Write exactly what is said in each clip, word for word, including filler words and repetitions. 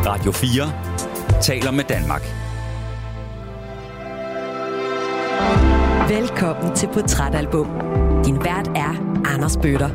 Radio fire taler med Danmark. Velkommen til Portrætalbum. Din vært er Anders Bøtter.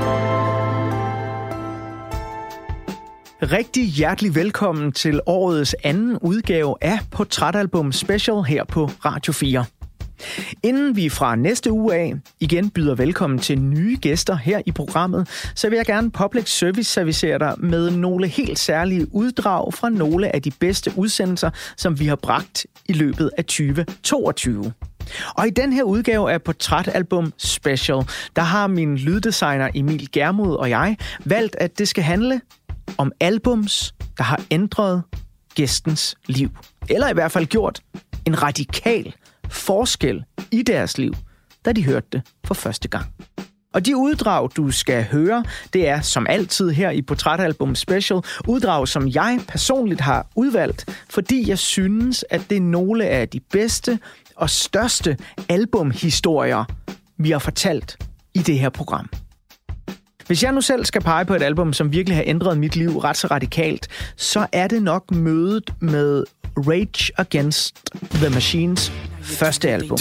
Rigtig hjertelig velkommen til årets anden udgave af Portrætalbum Special her på Radio fire. Inden vi fra næste uge af igen byder velkommen til nye gæster her i programmet, så vil jeg gerne public service servicere dig med nogle helt særlige uddrag fra nogle af de bedste udsendelser, som vi har bragt i løbet af tyve toogtyve. Og i den her udgave af Portrætalbum Special, der har min lyddesigner Emil Germod og jeg valgt, at det skal handle om albums, der har ændret gæstens liv. Eller i hvert fald gjort en radikal forskel i deres liv, da de hørte det for første gang. Og de uddrag, du skal høre, det er som altid her i Portrætalbum Special, uddrag, som jeg personligt har udvalgt, fordi jeg synes, at det er nogle af de bedste og største albumhistorier, vi har fortalt i det her program. Hvis jeg nu selv skal pege på et album, som virkelig har ændret mit liv ret så radikalt, så er det nok mødet med Rage Against the Machines første album.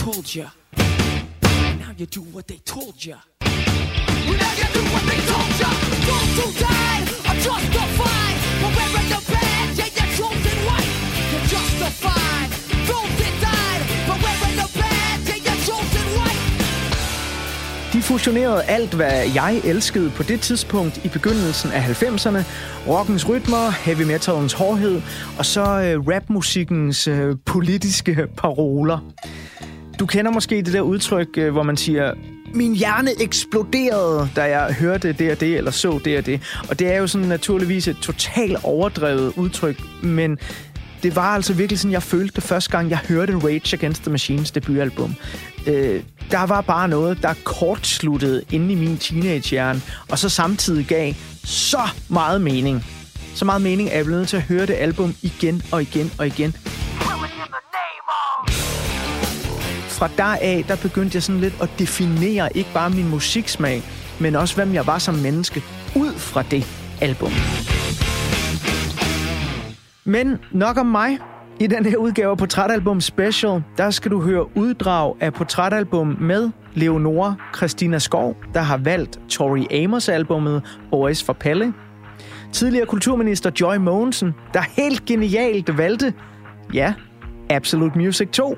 De fusionerede alt, hvad jeg elskede på det tidspunkt i begyndelsen af halvfemserne. Rockens rytmer, heavy metalens hårdhed og så øh, rapmusikkens øh, politiske paroler. Du kender måske det der udtryk, øh, hvor man siger, min hjerne eksploderede, da jeg hørte det og det, eller så det og det. Og det er jo sådan naturligvis et totalt overdrevet udtryk, men det var altså virkelig sådan, jeg følte det første gang, jeg hørte Rage Against the Machines debutalbum. Øh, der var bare noget, der kortsluttede inde i min teenagehjerne, og så samtidig gav så meget mening. Så meget mening, at jeg blev nødt til at høre det album igen og igen og igen. Fra deraf, der begyndte jeg sådan lidt at definere ikke bare min musiksmag, men også hvem jeg var som menneske, ud fra det album. Men nok om mig. I den her udgave af Portrætalbum Special, der skal du høre uddrag af Portrætalbum med Leonora Christina Skov, der har valgt Tori Amos-albummet Boys for Pelle. Tidligere kulturminister Joy Mogensen, der helt genialt valgte, ja, Absolute Music to.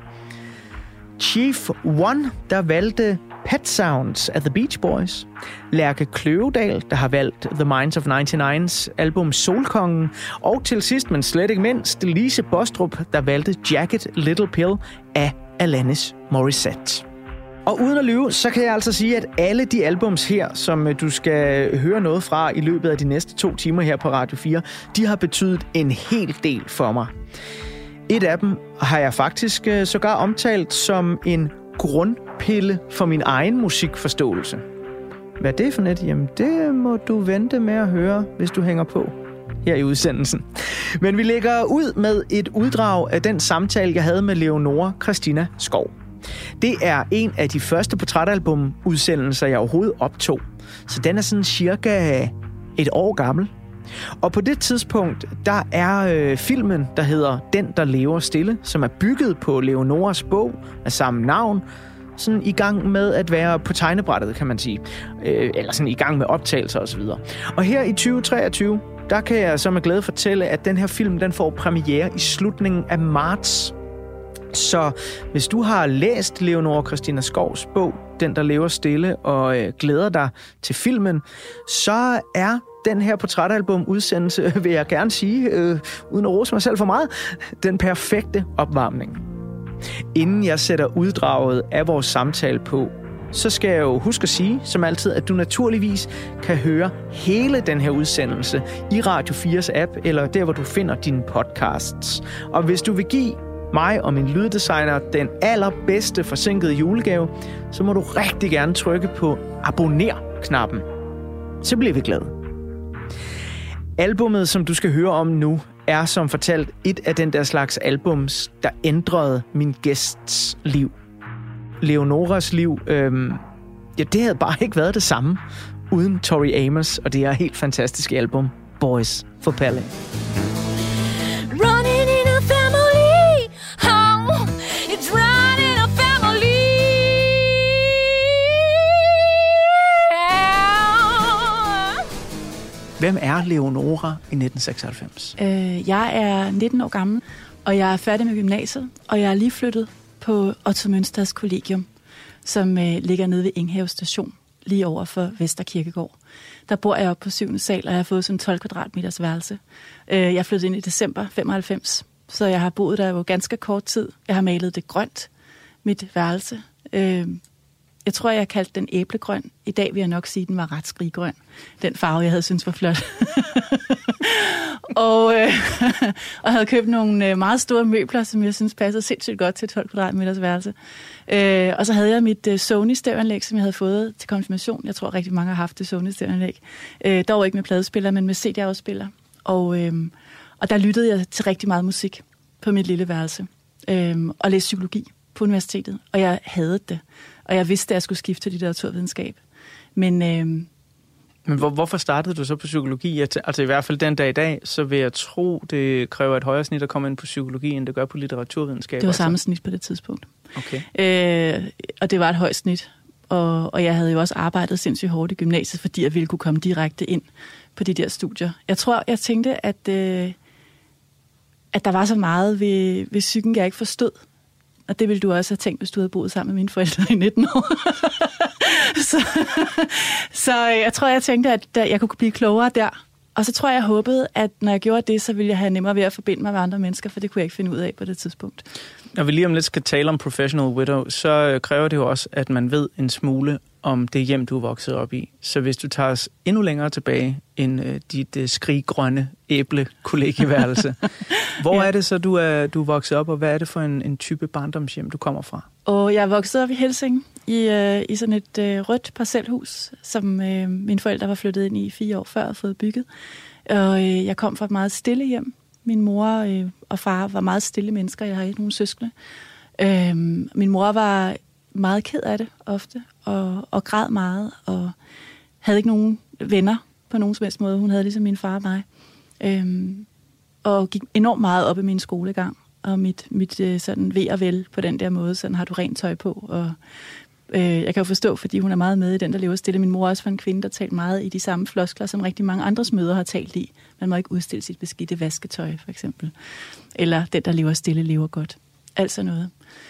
Chief One, der valgte Pet Sounds af The Beach Boys. Lærke Kløvedal, der har valgt The Minds of nioghalvfems album Solkongen. Og til sidst, men slet ikke mindst, Lise Bostrup, der valgte Jagged Little Pill af Alanis Morissette. Og uden at lyve, så kan jeg altså sige, at alle de albums her, som du skal høre noget fra i løbet af de næste to timer her på Radio fire, de har betydet en hel del for mig. Et af dem har jeg faktisk sågar omtalt som en grundpille for min egen musikforståelse. Hvad er det for net? Jamen, det må du vente med at høre, hvis du hænger på her i udsendelsen. Men vi lægger ud med et uddrag af den samtale, jeg havde med Leonora Christina Skov. Det er en af de første portrætalbum-udsendelser, jeg overhovedet optog. Så den er sådan cirka et år gammel. Og på det tidspunkt, der er øh, filmen, der hedder Den, der lever stille, som er bygget på Leonoras bog af samme navn, sådan i gang med at være på tegnebrættet, kan man sige. Øh, eller sådan i gang med optagelser osv. Og her i tyve treogtyve, der kan jeg så med glæde fortælle, at den her film, den får premiere i slutningen af marts. Så hvis du har læst Leonora Christina Skovs bog, Den, der lever stille, og øh, glæder dig til filmen, så er den her portrætalbum-udsendelse, vil jeg gerne sige, øh, uden at rose mig selv for meget, den perfekte opvarmning. Inden jeg sætter uddraget af vores samtale på, så skal jeg jo huske at sige, som altid, at du naturligvis kan høre hele den her udsendelse i Radio fires app, eller der, hvor du finder dine podcasts. Og hvis du vil give mig og min lyddesigner den allerbedste forsinkede julegave, så må du rigtig gerne trykke på abonner-knappen. Så bliver vi glade. Albummet, som du skal høre om nu, er som fortalt et af den der slags albums, der ændrede min gæsts liv. Leonoras liv, øhm, ja, det havde bare ikke været det samme uden Tori Amos og det her helt fantastiske album, Boys for Pelle. Hvem er Leonora i nitten seksoghalvfems? Øh, jeg er nitten år gammel, og jeg er færdig med gymnasiet, og jeg er lige flyttet på Otto Mønsters Kollegium, som øh, ligger nede ved Enghave Station, lige over for Vesterkirkegård. Der bor jeg oppe på syvende sal, og jeg har fået sådan tolv kvadratmeters værelse. Øh, jeg flyttede ind i december femoghalvfems, så jeg har boet der jo ganske kort tid. Jeg har malet det grønt, mit værelse. Øh, Jeg tror, jeg kaldte den æblegrøn. I dag vil jeg nok sige, at den var ret skriggrøn. Den farve, jeg havde syntes var flot. og, øh, og havde købt nogle øh, meget store møbler, som jeg synes passede sindssygt godt til tolv kvadratmeters værelse. Øh, og så havde jeg mit øh, Sony-stævanlæg, som jeg havde fået til konfirmation. Jeg tror, rigtig mange har haft det Sony-stævanlæg. Øh, dog ikke med pladespiller, men med C D-afspiller. Og, øh, og der lyttede jeg til rigtig meget musik på mit lille værelse. Øh, og læste psykologi på universitetet. Og jeg havde det. Og jeg vidste, at jeg skulle skifte til litteraturvidenskab. Men, øh... Men hvor, hvorfor startede du så på psykologi? Altså i hvert fald den dag i dag, så vil jeg tro, det kræver et højere snit at komme ind på psykologi, end det gør på litteraturvidenskab. Det var samme snit på det tidspunkt. Okay. Øh, og det var et højt snit. Og, og jeg havde jo også arbejdet sindssygt hårdt i gymnasiet, fordi jeg ville kunne komme direkte ind på de der studier. Jeg tror, jeg tænkte, at, øh, at der var så meget ved, ved psyken, jeg ikke forstod. Og det ville du også have tænkt, hvis du havde boet sammen med mine forældre i nitten år. så, så jeg tror, jeg tænkte, at jeg kunne blive klogere der. Og så tror jeg, jeg håbede, at når jeg gjorde det, så ville jeg have nemmere ved at forbinde mig med andre mennesker, for det kunne jeg ikke finde ud af på det tidspunkt. Når vi lige om lidt skal tale om Professional Widow, så kræver det jo også, at man ved en smule om det hjem, du er vokset op i. Så hvis du tager os endnu længere tilbage end uh, dit uh, skriggrønne æble-kollegieværelse, hvor ja. er det så, du er, du er vokset op, og hvad er det for en, en type barndomshjem, du kommer fra? Og jeg er vokset op i Helsing, i, uh, i sådan et uh, rødt parcelhus, som uh, mine forældre var flyttet ind i fire år før og fået bygget. Og uh, jeg kom fra et meget stille hjem. Min mor uh, og far var meget stille mennesker. Jeg har ikke nogen søskende. Uh, min mor var meget ked af det ofte, og, og græd meget, og havde ikke nogen venner på nogen som helst måde. Hun havde ligesom min far og mig. Øhm, og gik enormt meget op i min skolegang, og mit, mit sådan ved og vel på den der måde. Sådan har du rent tøj på, og øh, jeg kan jo forstå, fordi hun er meget med i den, der lever stille. Min mor også var en kvinde, der talte meget i de samme floskler, som rigtig mange andres mødre har talt i. Man må ikke udstille sit beskidte vasketøj, for eksempel. Eller den, der lever stille, lever godt. Altså noget.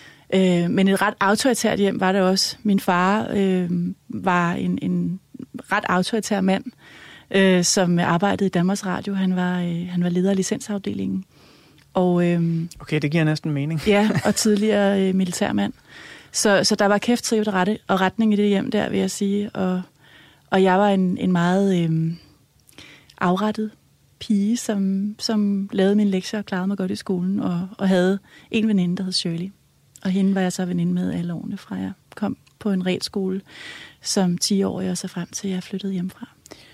Øh, men et ret autoritært hjem var det også. Min far øh, var en, en ret autoritær mand, øh, som arbejdede i Danmarks Radio. Han var, øh, han var leder af licensafdelingen. Og, øh, okay, det giver næsten mening. Ja, og tidligere øh, militærmand. Så, så der var kæft, trivet og, rette, og retning i det hjem der, vil jeg sige. Og, og jeg var en, en meget øh, afrettet pige, som, som lavede mine lektier og klarede mig godt i skolen, og, og havde en veninde, der hed Shirley. Og hende var jeg så veninde med alle årene, fra jeg kom på en realskole som ti-årig, og så frem til jeg flyttede hjemmefra.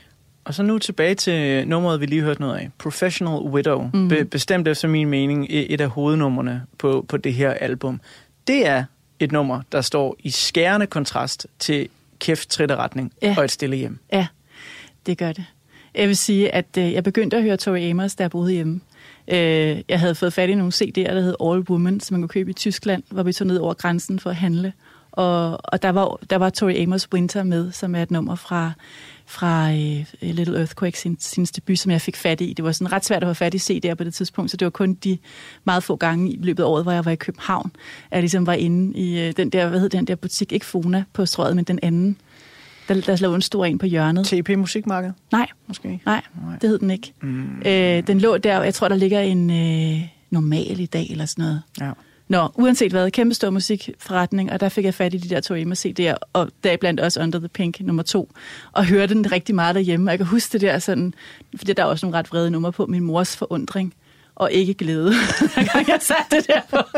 Og så nu tilbage til nummeret, vi lige hørte noget af. Professional Widow. Mm. Be- bestemt efter min mening et af hovednummerne på, på det her album. Det er et nummer, der står i skærende kontrast til kæft, trit og retning ja. og et stille hjem. Ja, det gør det. Jeg vil sige, at øh, jeg begyndte at høre Tori Amos, da jeg boede hjemme. Øh, jeg havde fået fat i nogle C D'er, der hed All Woman, som man kunne købe i Tyskland, hvor vi tog ned over grænsen for at handle. Og, og der var, der var Tori Amos Winter med, som er et nummer fra, fra uh, Little Earthquake, sin, sin debut, som jeg fik fat i. Det var sådan ret svært at have fat i C D'er på det tidspunkt, så det var kun de meget få gange i løbet af året, hvor jeg var i København, at jeg ligesom var inde i uh, den der, hvad hed den der butik, ikke Fona på Strøget, men den anden. Der, der lå en stor en på hjørnet. T P Musikmarked? Nej, måske. Nej, nej, det hed den ikke. Mm. Øh, den lå der, jeg tror, der ligger en øh, normal i dag, eller sådan noget. Ja. Nå, uanset hvad, kæmpe stor musikforretning, og der fik jeg fat i de der Tori Amos C D'er, og deriblandt også Under the Pink nummer to, og hørte den rigtig meget derhjemme, og jeg kan huske det der sådan, fordi der er også nogle ret vrede numre på, min mors forundring, og ikke glæde, da jeg satte det der på.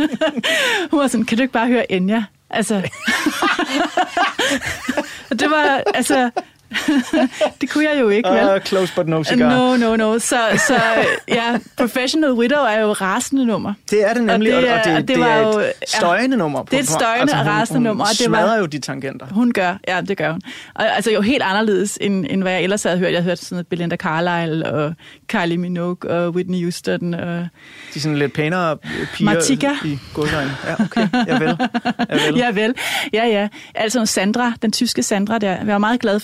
Hun var sådan, kan du ikke bare høre Enya? Altså... det var, altså... det kunne jeg jo ikke, vel? Uh, close but no cigar. No, no, no. Så, så ja, Professional Widow er jo rasende nummer. Det er det nemlig, og det, og det, og det, det er jo, et støjende nummer. Det er et støjende altså, og rasende nummer. Hun og det smadrer var, jo de tangenter. Hun gør, ja, det gør hun. Og, altså jo helt anderledes, end, end hvad jeg ellers havde hørt. Jeg havde hørt sådan noget Belinda Carlisle og Kylie Minogue og Whitney Houston. Og de er sådan lidt pænere piger Martika. I godsøjne. Ja, okay. Jeg vil. Jeg vil. Ja, vel. Ja, ja. Altså Sandra, den tyske Sandra der. Jeg var meget glad for sådan noget musik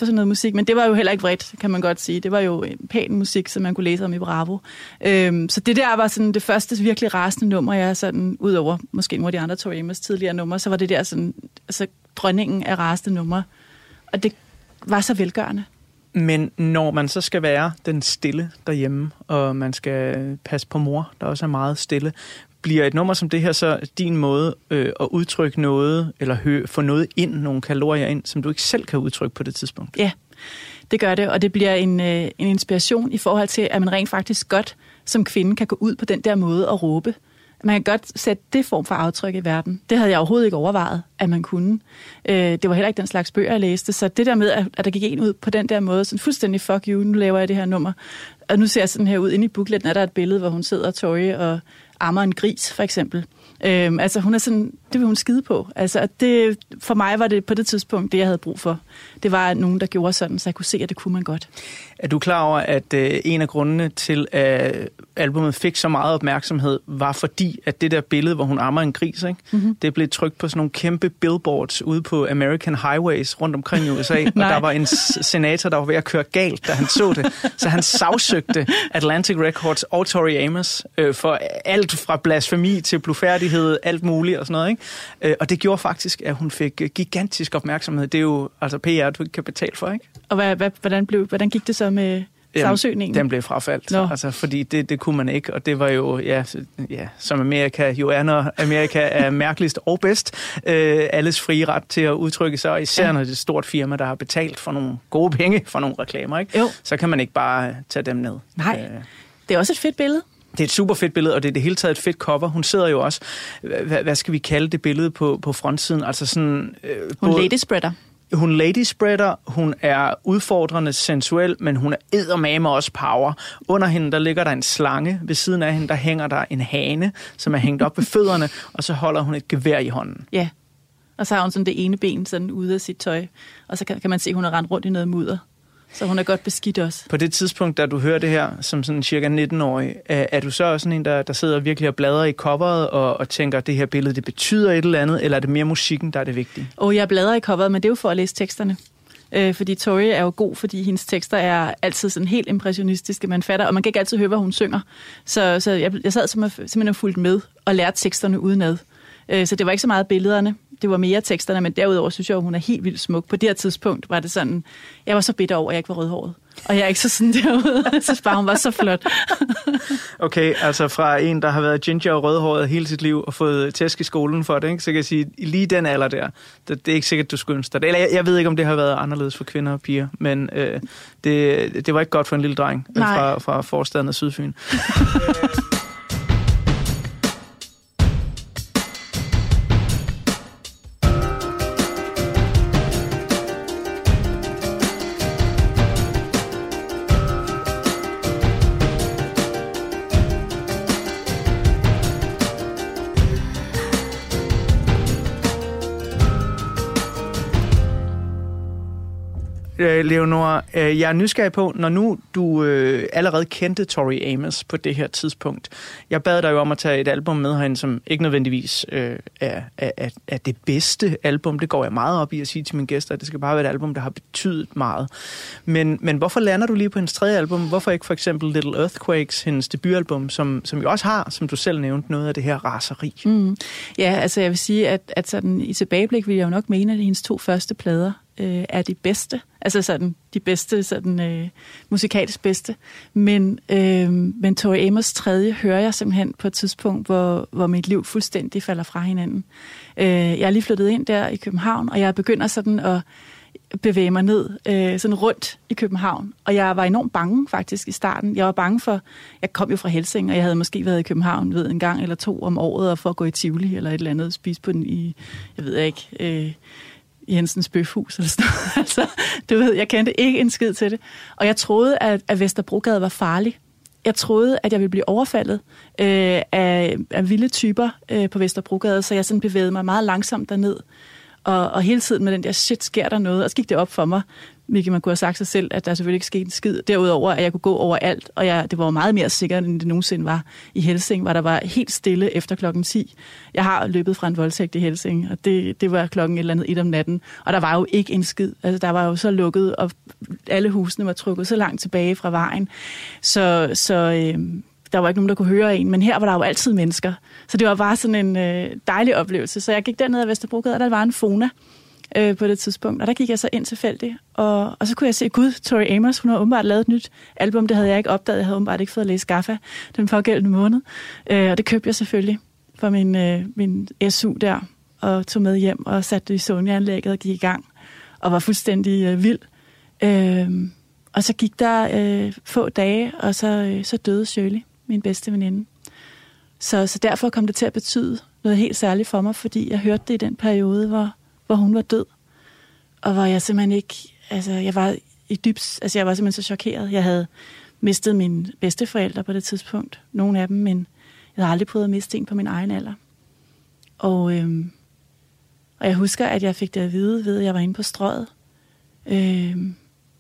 musik, men det var jo heller ikke vredt, kan man godt sige. Det var jo pæn musik, som man kunne læse om i Bravo. Øhm, så det der var sådan det første virkelig rasende nummer, jeg sådan, udover måske nogle af de andre Tori Amos tidligere numre, så var det der sådan, altså dronningen af rasende numre. Og det var så velgørende. Men når man så skal være den stille derhjemme, og man skal passe på mor, der også er meget stille, bliver et nummer som det her så din måde øh, at udtrykke noget, eller hø- få noget ind, nogle kalorier ind, som du ikke selv kan udtrykke på det tidspunkt? Ja, det gør det, og det bliver en, øh, en inspiration i forhold til, at man rent faktisk godt som kvinde kan gå ud på den der måde og råbe. Man kan godt sætte det form for aftryk i verden. Det havde jeg overhovedet ikke overvejet, at man kunne. Øh, det var heller ikke den slags bøger, jeg læste. Så det der med, at, at der gik en ud på den der måde, sådan fuldstændig fuck you, nu laver jeg det her nummer. Og nu ser jeg sådan her ud, inde i bookletten er der et billede, hvor hun sidder, Tori, og ammer en gris, for eksempel. Øhm, altså hun er sådan, det vil hun skide på. Altså det, for mig var det på det tidspunkt, det jeg havde brug for. Det var nogen, der gjorde sådan, så jeg kunne se, at det kunne man godt. Er du klar over, at øh, en af grundene til, at albumet fik så meget opmærksomhed, var fordi, at det der billede, hvor hun ammer en gris, ikke? Mm-hmm. Det blev trykt på sådan nogle kæmpe billboards ude på American Highways rundt omkring i U S A, og der var en senator, der var ved at køre galt, da han så det. Så han sagsøgte Atlantic Records og Tori Amos øh, for alt fra blasfemi til blufærdighed, alt muligt og sådan noget, ikke? Øh, og det gjorde faktisk, at hun fik gigantisk opmærksomhed. Det er jo altså P R, du ikke kan betale for, ikke? Og hvad, hvad, hvordan, blev, hvordan gik det så med sagsøgningen? Den blev frafaldt, no. altså, fordi det, det kunne man ikke, og det var jo, ja, ja som Amerika jo er, når Amerika er mærkeligst og bedst, øh, alles frie ret til at udtrykke sig, og især ja. Når det er et stort firma, der har betalt for nogle gode penge for nogle reklamer, ikke? Jo. Så kan man ikke bare tage dem ned. Nej, øh. det er også et fedt billede. Det er et super fedt billede, og det er det hele taget et fedt cover. Hun sidder jo også, hvad, hvad skal vi kalde det billede på, på frontsiden? Altså sådan, øh, hun både, lady spreader. Hun lady spreader, hun er udfordrende sensuel, men hun er eddermame også power. Under hende, der ligger der en slange. Ved siden af hende, der hænger der en hane, som er hængt op ved fødderne, og så holder hun et gevær i hånden. Ja, og så har hun sådan det ene ben sådan ude af sit tøj, og så kan, kan man se, at hun er rendt rundt i noget mudder. Så hun er godt beskidt også. På det tidspunkt, da du hører det her, som sådan cirka nitten-årig, er, er du så også sådan en, der, der sidder virkelig og bladrer i coveret og, og tænker, at det her billede, det betyder et eller andet, eller er det mere musikken, der er det vigtige? Og jeg bladrer i coveret, men det er jo for at læse teksterne. Øh, fordi Tori er jo god, fordi hendes tekster er altid sådan helt impressionistiske, man fatter, og man kan ikke altid høre, hvad hun synger. Så, så jeg, jeg sad simpelthen og fulgte med og lærte teksterne udenad. Øh, så det var ikke så meget billederne. Det var mere teksterne, men derudover synes jeg, at hun er helt vildt smuk. På det her tidspunkt var det sådan, jeg var så bitter over, at jeg ikke var rødhåret. Og jeg er ikke så sådan derude. Jeg synes bare, hun var så flot. Okay, altså fra en, der har været ginger og rødhåret hele sit liv og fået tæsk i skolen for det, ikke? Så kan jeg sige, lige den alder der, det, det er ikke sikkert, du skulle ønske dig. Eller jeg, jeg ved ikke, om det har været anderledes for kvinder og piger, men øh, det, det var ikke godt for en lille dreng fra, fra forstaden af Sydfyn. Leonora, jeg er nysgerrig på, når nu du øh, allerede kendte Tori Amos på det her tidspunkt. Jeg bad dig jo om at tage et album med herinde, som ikke nødvendigvis øh, er, er, er det bedste album. Det går jeg meget op i at sige til mine gæster, at det skal bare være et album, der har betydet meget. Men, men hvorfor lander du lige på hendes tredje album? Hvorfor ikke for eksempel Little Earthquakes, hendes debutalbum, som, som jo også har, som du selv nævnte, noget af det her raseri? Mm. Ja, altså jeg vil sige, at, at sådan, i tilbageblik vil jeg jo nok mene, at hendes to første plader øh, er de bedste. Altså sådan de bedste, sådan øh, musikalsk bedste. Men, øh, men Tori Amos tredje hører jeg simpelthen på et tidspunkt, hvor, hvor mit liv fuldstændig falder fra hinanden. Øh, jeg er lige flyttet ind der i København, og jeg begynder sådan at bevæge mig ned øh, sådan rundt i København. Og jeg var enormt bange faktisk i starten. Jeg var bange for, jeg kom jo fra Helsing, og jeg havde måske været i København ved en gang eller to om året, og for at gå i Tivoli eller et eller andet, spise på den i, jeg ved ikke, øh, Jensens Bøfhus eller sådan noget. Altså, du ved, jeg kendte ikke en skid til det. Og jeg troede, at, at Vesterbrogade var farlig. Jeg troede, at jeg ville blive overfaldet øh, af, af vilde typer øh, på Vesterbrogade, så jeg sådan bevægede mig meget langsomt derned. Og, og hele tiden med den der, shit, sker der noget? Og så gik det op for mig, hvilket man kunne have sagt sig selv, at der selvfølgelig ikke skete en skid. Derudover, at jeg kunne gå overalt, og jeg, det var meget mere sikkert, end det nogensinde var i Helsinge, hvor der var helt stille efter klokken ti. Jeg har løbet fra en voldtægt i Helsinge, og det, det var klokken et eller andet et om natten, og der var jo ikke en skid. Altså, der var jo så lukket, og alle husene var trukket så langt tilbage fra vejen. Så, så øh, der var ikke nogen, der kunne høre en, men her var der jo altid mennesker. Så det var bare sådan en øh, dejlig oplevelse. Så jeg gik derned ad Vesterbrogade, og der var en Fona øh, på det tidspunkt. Og der gik jeg så ind tilfældigt, og, og så kunne jeg se, gud, Tori Amos, hun har åbenbart lavet et nyt album. Det havde jeg ikke opdaget. Jeg havde åbenbart ikke fået at læse Gaffa den pågældende måned. Øh, og det købte jeg selvfølgelig for min, øh, min S U der, og tog med hjem og satte det i Sony-anlægget og gik i gang. Og var fuldstændig øh, vild. Øh, og så gik der øh, få dage, og så, øh, så døde Shirley, min bedste veninde. Så, så derfor kom det til at betyde noget helt særligt for mig, fordi jeg hørte det i den periode, hvor, hvor hun var død. Og hvor jeg simpelthen ikke, altså jeg var i dybt, altså jeg var simpelthen så chokeret. Jeg havde mistet mine bedsteforældre på det tidspunkt, nogle af dem, men jeg havde aldrig prøvet at miste en på min egen alder. Og, øhm, og jeg husker, at jeg fik det at vide ved, at jeg var inde på Strøget, øhm,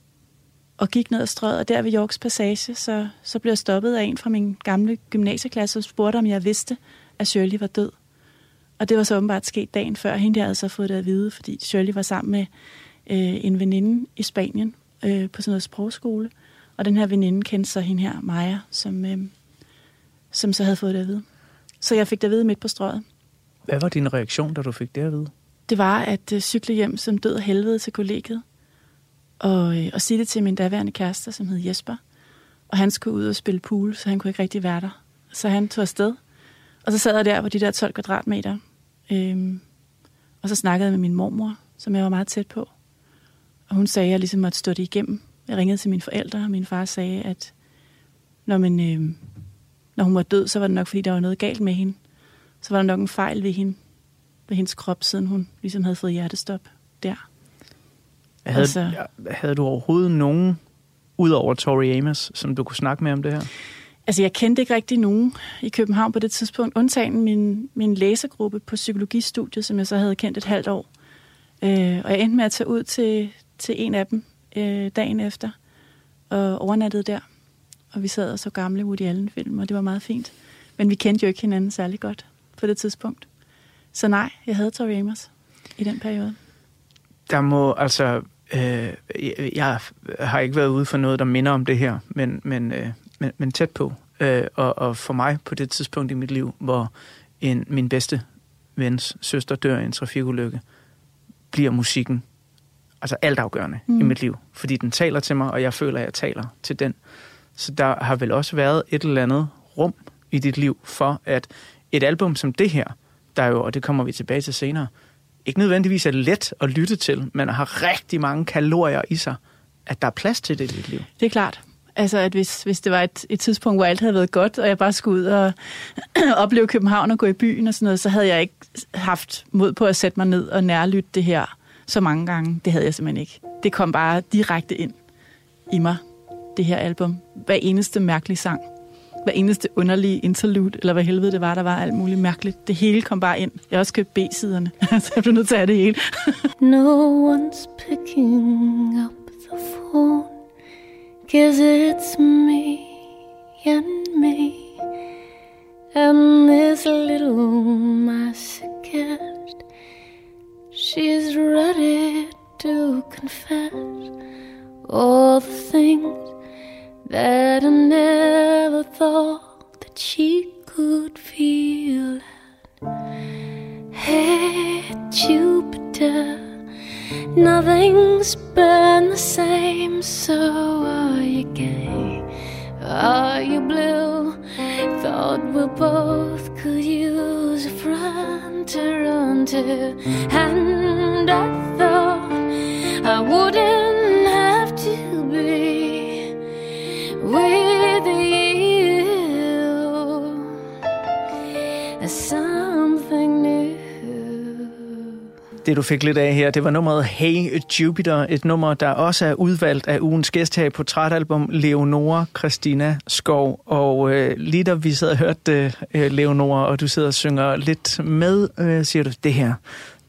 og gik ned ad Strøget, og der ved Yorks Passage, så, så blev jeg stoppet af en fra min gamle gymnasieklasse og spurgte, om jeg vidste, at Shirley var død. Og det var så åbenbart sket dagen før. Hende der havde så fået det at vide, fordi Shirley var sammen med øh, en veninde i Spanien øh, på sådan noget sprogskole. Og den her veninde kendte så hende her, Maja, som, øh, som så havde fået det at vide. Så jeg fik det at vide midt på Strøget. Hvad var din reaktion, da du fik det at vide? Det var at øh, cykle hjem som død af helvede til kollegiet. Og, øh, og sige det til min daværende kæreste, som hed Jesper. Og han skulle ud og spille pool, så han kunne ikke rigtig være der. Så han tog afsted. Og så sad jeg der på de der tolv kvadratmeter. Øhm, og så snakkede jeg med min mormor, som jeg var meget tæt på. Og hun sagde, at jeg ligesom måtte stå det igennem. Jeg ringede til mine forældre, og min far sagde, at når, man, øhm, når hun var død, så var det nok, fordi der var noget galt med hende. Så var der nok en fejl ved hende, ved hendes krop, siden hun ligesom havde fået hjertestop der. Havde, altså, havde du overhovedet nogen, ud over Tori Amos, som du kunne snakke med om det her? Altså, jeg kendte ikke rigtig nogen i København på det tidspunkt, undtagen min, min læsergruppe på psykologistudiet, som jeg så havde kendt et halvt år. Øh, og jeg endte med at tage ud til, til en af dem øh, dagen efter, og overnattede der. Og vi sad og så gamle Woody Allen-film, og det var meget fint. Men vi kendte jo ikke hinanden særlig godt på det tidspunkt. Så nej, jeg havde Tori Amos i den periode. Der må altså... Øh, jeg har ikke været ude for noget, der minder om det her, men... men øh Men, men tæt på. Øh, og, og for mig på det tidspunkt i mit liv, hvor en, min bedste vens søster dør i en trafikulykke, bliver musikken altså altafgørende mm. i mit liv. Fordi den taler til mig, og jeg føler, at jeg taler til den. Så der har vel også været et eller andet rum i dit liv for, at et album som det her, der jo, og det kommer vi tilbage til senere, ikke nødvendigvis er let at lytte til, men har rigtig mange kalorier i sig, at der er plads til det i dit liv. Det er klart. Altså, at hvis, hvis det var et, et tidspunkt, hvor alt havde været godt, og jeg bare skulle ud og opleve København og gå i byen og sådan noget, så havde jeg ikke haft mod på at sætte mig ned og nærlytte det her så mange gange. Det havde jeg simpelthen ikke. Det kom bare direkte ind i mig, det her album. Hver eneste mærkelige sang. Hver eneste underlige interlude, eller hvad helvede det var, der var alt muligt mærkeligt. Det hele kom bare ind. Jeg har også købt B-siderne, så jeg blev nødt til at have det hele. No one's picking up the phone. Guess it's me and me and this little masochist. She's ready to confess all the things that I never thought that she could feel. Hey, Jupiter, nothing's been the same, so are you gay? Are you blue? Thought we both could use a friend to run to, and I thought I wouldn't have to be with you. Something new. Det, du fik lidt af her, det var nummeret Hey Jupiter, et nummer, der også er udvalgt af ugens gæst her i portrætalbum, Leonora Christina Skov. Og øh, lige da vi sad og hørte øh, Leonora, og du sidder og synger lidt med, øh, siger du, det her,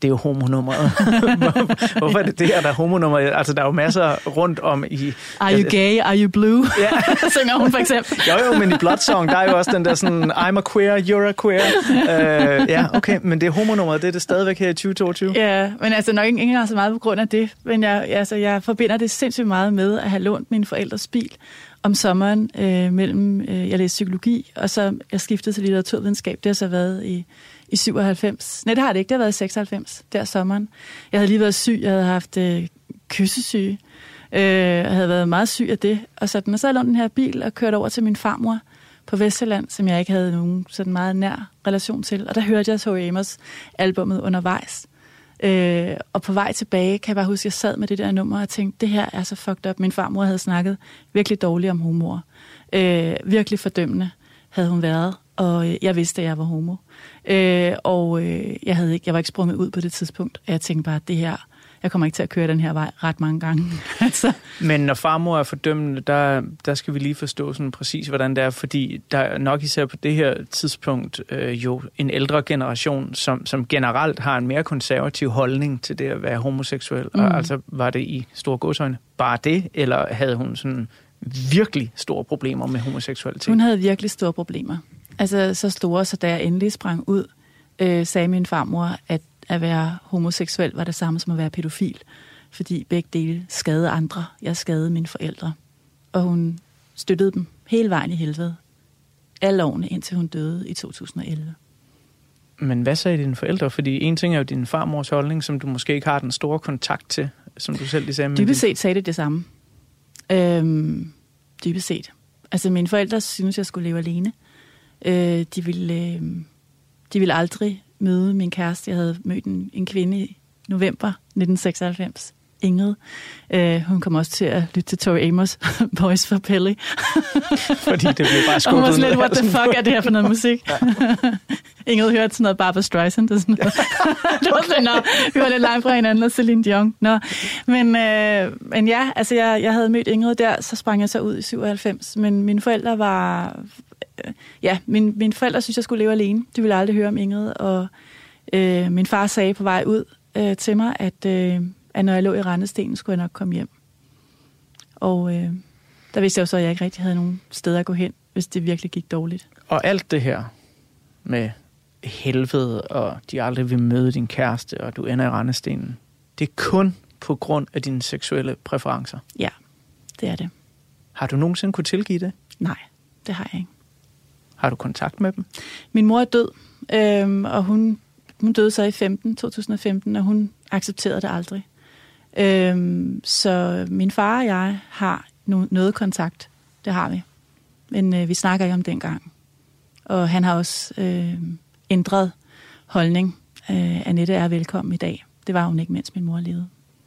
det er jo homonummeret. Hvorfor er det det her, der er homonummeret? Altså, der er jo masser rundt om i... Are you gay? Are you blue? Ja. Synger hun for eksempel. Jo, jo, men i Blood Song, der er jo også den der sådan, I'm a queer, you're a queer. Uh, ja, okay, men det er homonummeret, det er det stadigvæk her i tyve toogtyve. Ja, men altså nok ikke engang så meget på grund af det. Men jeg, altså, jeg forbinder det sindssygt meget med at have lånt mine forældres bil om sommeren øh, mellem, øh, jeg læste psykologi, og så jeg skiftede til litteraturvidenskab. Det har så været i, i syvoghalvfems. Nej, det har det ikke. Det har været i seksoghalvfems, der sommeren. Jeg havde lige været syg. Jeg havde haft øh, kyssesyge. Øh, jeg havde været meget syg af det. Og, sådan, og så havde jeg lånt den her bil og kørt over til min farmor på Vestjylland, som jeg ikke havde nogen sådan meget nær relation til. Og der hørte jeg Tori Amos albumet undervejs. Øh, og på vej tilbage, kan jeg bare huske, at jeg sad med det der nummer og tænkte, det her er så fucked up. Min farmor havde snakket virkelig dårligt om homoer. Øh, virkelig fordømmende havde hun været, og øh, jeg vidste, at jeg var homo. Øh, og øh, jeg, havde ikke, jeg var ikke sprunget ud på det tidspunkt, og jeg tænkte bare, det her, jeg kommer ikke til at køre den her vej ret mange gange. altså. Men når farmor er fordømmende, der, der skal vi lige forstå sådan præcis, hvordan det er, fordi der er nok især på det her tidspunkt øh, jo en ældre generation, som, som generelt har en mere konservativ holdning til det at være homoseksuel. Mm. Og altså var det i store godsøjne bare det, eller havde hun sådan virkelig store problemer med homoseksualitet? Hun havde virkelig store problemer. Altså så store, så da jeg endelig sprang ud, øh, sagde min farmor, at at være homoseksuel var det samme som at være pædofil, fordi begge dele skadede andre. Jeg skadede mine forældre, og hun støttede dem hele vejen i helvede. Alle årene, indtil hun døde i to tusind og elleve. Men hvad sagde dine forældre? Fordi en ting er jo din farmors holdning, som du måske ikke har den store kontakt til, som du selv lige sagde. Dybest set sagde det det samme. Øhm, dybest set. Altså mine forældre synes jeg skulle leve alene. Øh, de ville, øh, de ville aldrig møde min kæreste. Jeg havde mødt en, en kvinde i november nitten seksoghalvfems. Ingrid. Øh, hun kom også til at lytte til Tori Amos, Boys for Pelle. Fordi det blev bare skubbet. Hun var sådan lidt, what the fuck er det her for noget musik? Ingrid hørte sådan noget Barbra Streisand og sådan noget. Det var sådan, nå, vi var lidt langt fra hinanden, og Celine Dion. Nå. Men, øh, men ja, altså jeg, jeg havde mødt Ingrid der, så sprang jeg så ud i syvoghalvfems. Men mine forældre var... Ja, min, mine forældre synes, jeg skulle leve alene. De ville aldrig høre om Ingrid, og øh, min far sagde på vej ud øh, til mig, at, øh, at når jeg lå i rendestenen, skulle jeg nok komme hjem. Og øh, der vidste jeg jo så, at jeg ikke rigtig havde nogen steder at gå hen, hvis det virkelig gik dårligt. Og alt det her med helvede, og de aldrig vil møde din kæreste, og du ender i rendestenen, det er kun på grund af dine seksuelle præferencer? Ja, det er det. Har du nogensinde kunne tilgive det? Nej, det har jeg ikke. Har du kontakt med dem? Min mor er død, øhm, og hun, hun døde så i femten, to tusind og femten, og hun accepterede det aldrig. Øhm, så min far og jeg har no, noget kontakt, det har vi. Men øh, vi snakker ikke om dengang. Og han har også øh, ændret holdning. Øh, Annette er velkommen i dag. Det var hun ikke, mens min mor levede.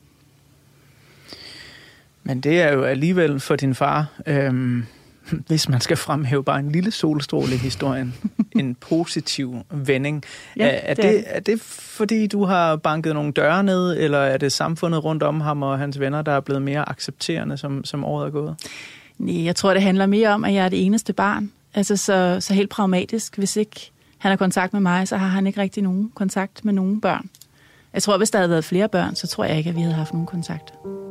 Men det er jo alligevel for din far... Øhm hvis man skal fremhæve bare en lille solstråle i historien, en positiv vending. Ja, er, er, det, det, er det fordi, du har banket nogle døre ned, eller er det samfundet rundt om ham og hans venner, der er blevet mere accepterende, som, som året er gået? Nej, jeg tror, det handler mere om, at jeg er det eneste barn. Altså så, så helt pragmatisk. Hvis ikke han har kontakt med mig, så har han ikke rigtig nogen kontakt med nogen børn. Jeg tror, hvis der havde været flere børn, så tror jeg ikke, at vi havde haft nogen kontakt.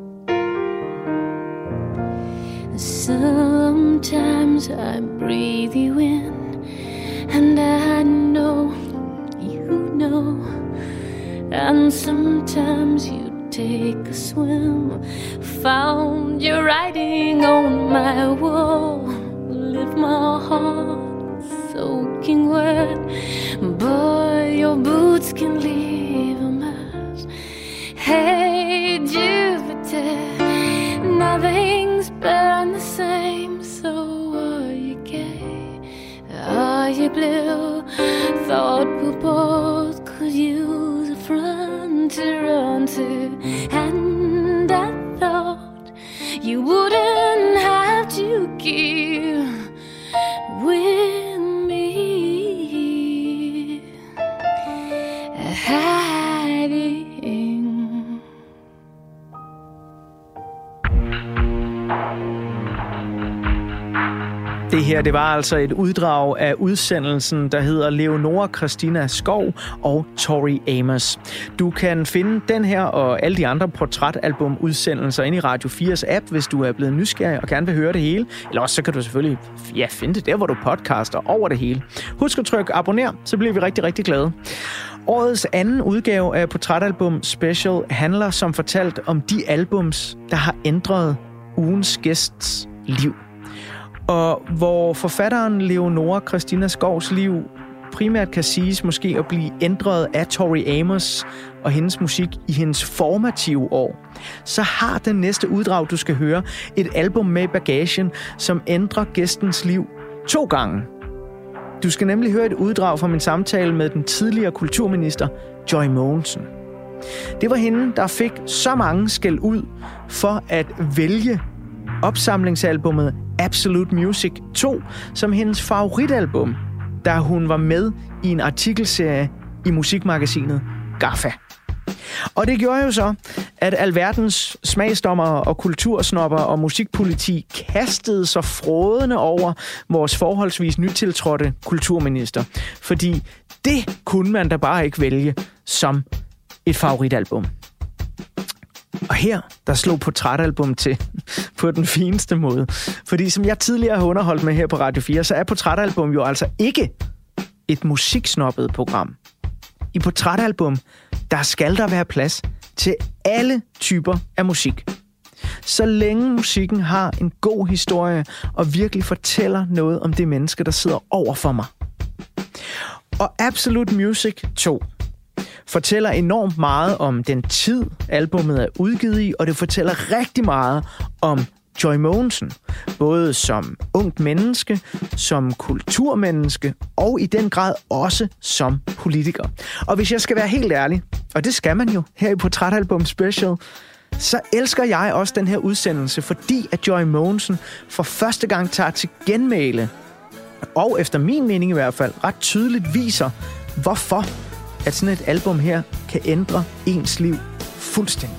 Sometimes I breathe you in, and I know you know. And sometimes you take a swim, found your writing on my wall, leave my heart soaking wet. Boy, your boots can leave a mess. Hey, Jupiter, nothing's been the same, so are you gay? Are you blue? Thought we both could use a friend to run to, and I thought you wouldn't have to give with me. Hiding. Det her, det var altså et uddrag af udsendelsen, der hedder Leonora Christina Skov og Tori Amos. Du kan finde den her og alle de andre portrætalbum-udsendelser inde i Radio fires app, hvis du er blevet nysgerrig og gerne vil høre det hele. Eller også så kan du selvfølgelig ja, finde det der, hvor du podcaster over det hele. Husk at trykke abonner, så bliver vi rigtig, rigtig glade. Årets anden udgave af Portrætalbum Special handler som fortalt om de albums, der har ændret ugens gæsts liv. Og hvor forfatteren Leonora Christina Skovs liv primært kan siges måske at blive ændret af Tori Amos og hendes musik i hendes formative år, så har den næste uddrag, du skal høre, et album med bagagen, som ændrer gæstens liv to gange. Du skal nemlig høre et uddrag fra min samtale med den tidligere kulturminister Joy Mogensen. Det var hende, der fik så mange skæld ud for at vælge opsamlingsalbummet Absolute Music to som hendes favoritalbum, da hun var med i en artikelserie i musikmagasinet Gaffa. Og det gjorde jo så, at alverdens smagsdommere og kultursnopper og musikpoliti kastede sig frådende over vores forholdsvis nytiltrådte kulturminister. Fordi det kunne man da bare ikke vælge som et favoritalbum. Og her, der slog portrætalbum til på den fineste måde. Fordi som jeg tidligere har underholdt med her på Radio fire, så er portrætalbum jo altså ikke et musiksnoppet program. I portrætalbum, der skal der være plads til alle typer af musik. Så længe musikken har en god historie og virkelig fortæller noget om det menneske, der sidder over for mig. Og Absolute Music to fortæller enormt meget om den tid, albummet er udgivet i, og det fortæller rigtig meget om Joy Mogensen, både som ungt menneske, som kulturmenneske og i den grad også som politiker. Og hvis jeg skal være helt ærlig, og det skal man jo her i Portrætalbum Special, så elsker jeg også den her udsendelse, fordi at Joy Mogensen for første gang tager til genmæle, og efter min mening i hvert fald ret tydeligt viser, hvorfor at sådan et album her kan ændre ens liv fuldstændig.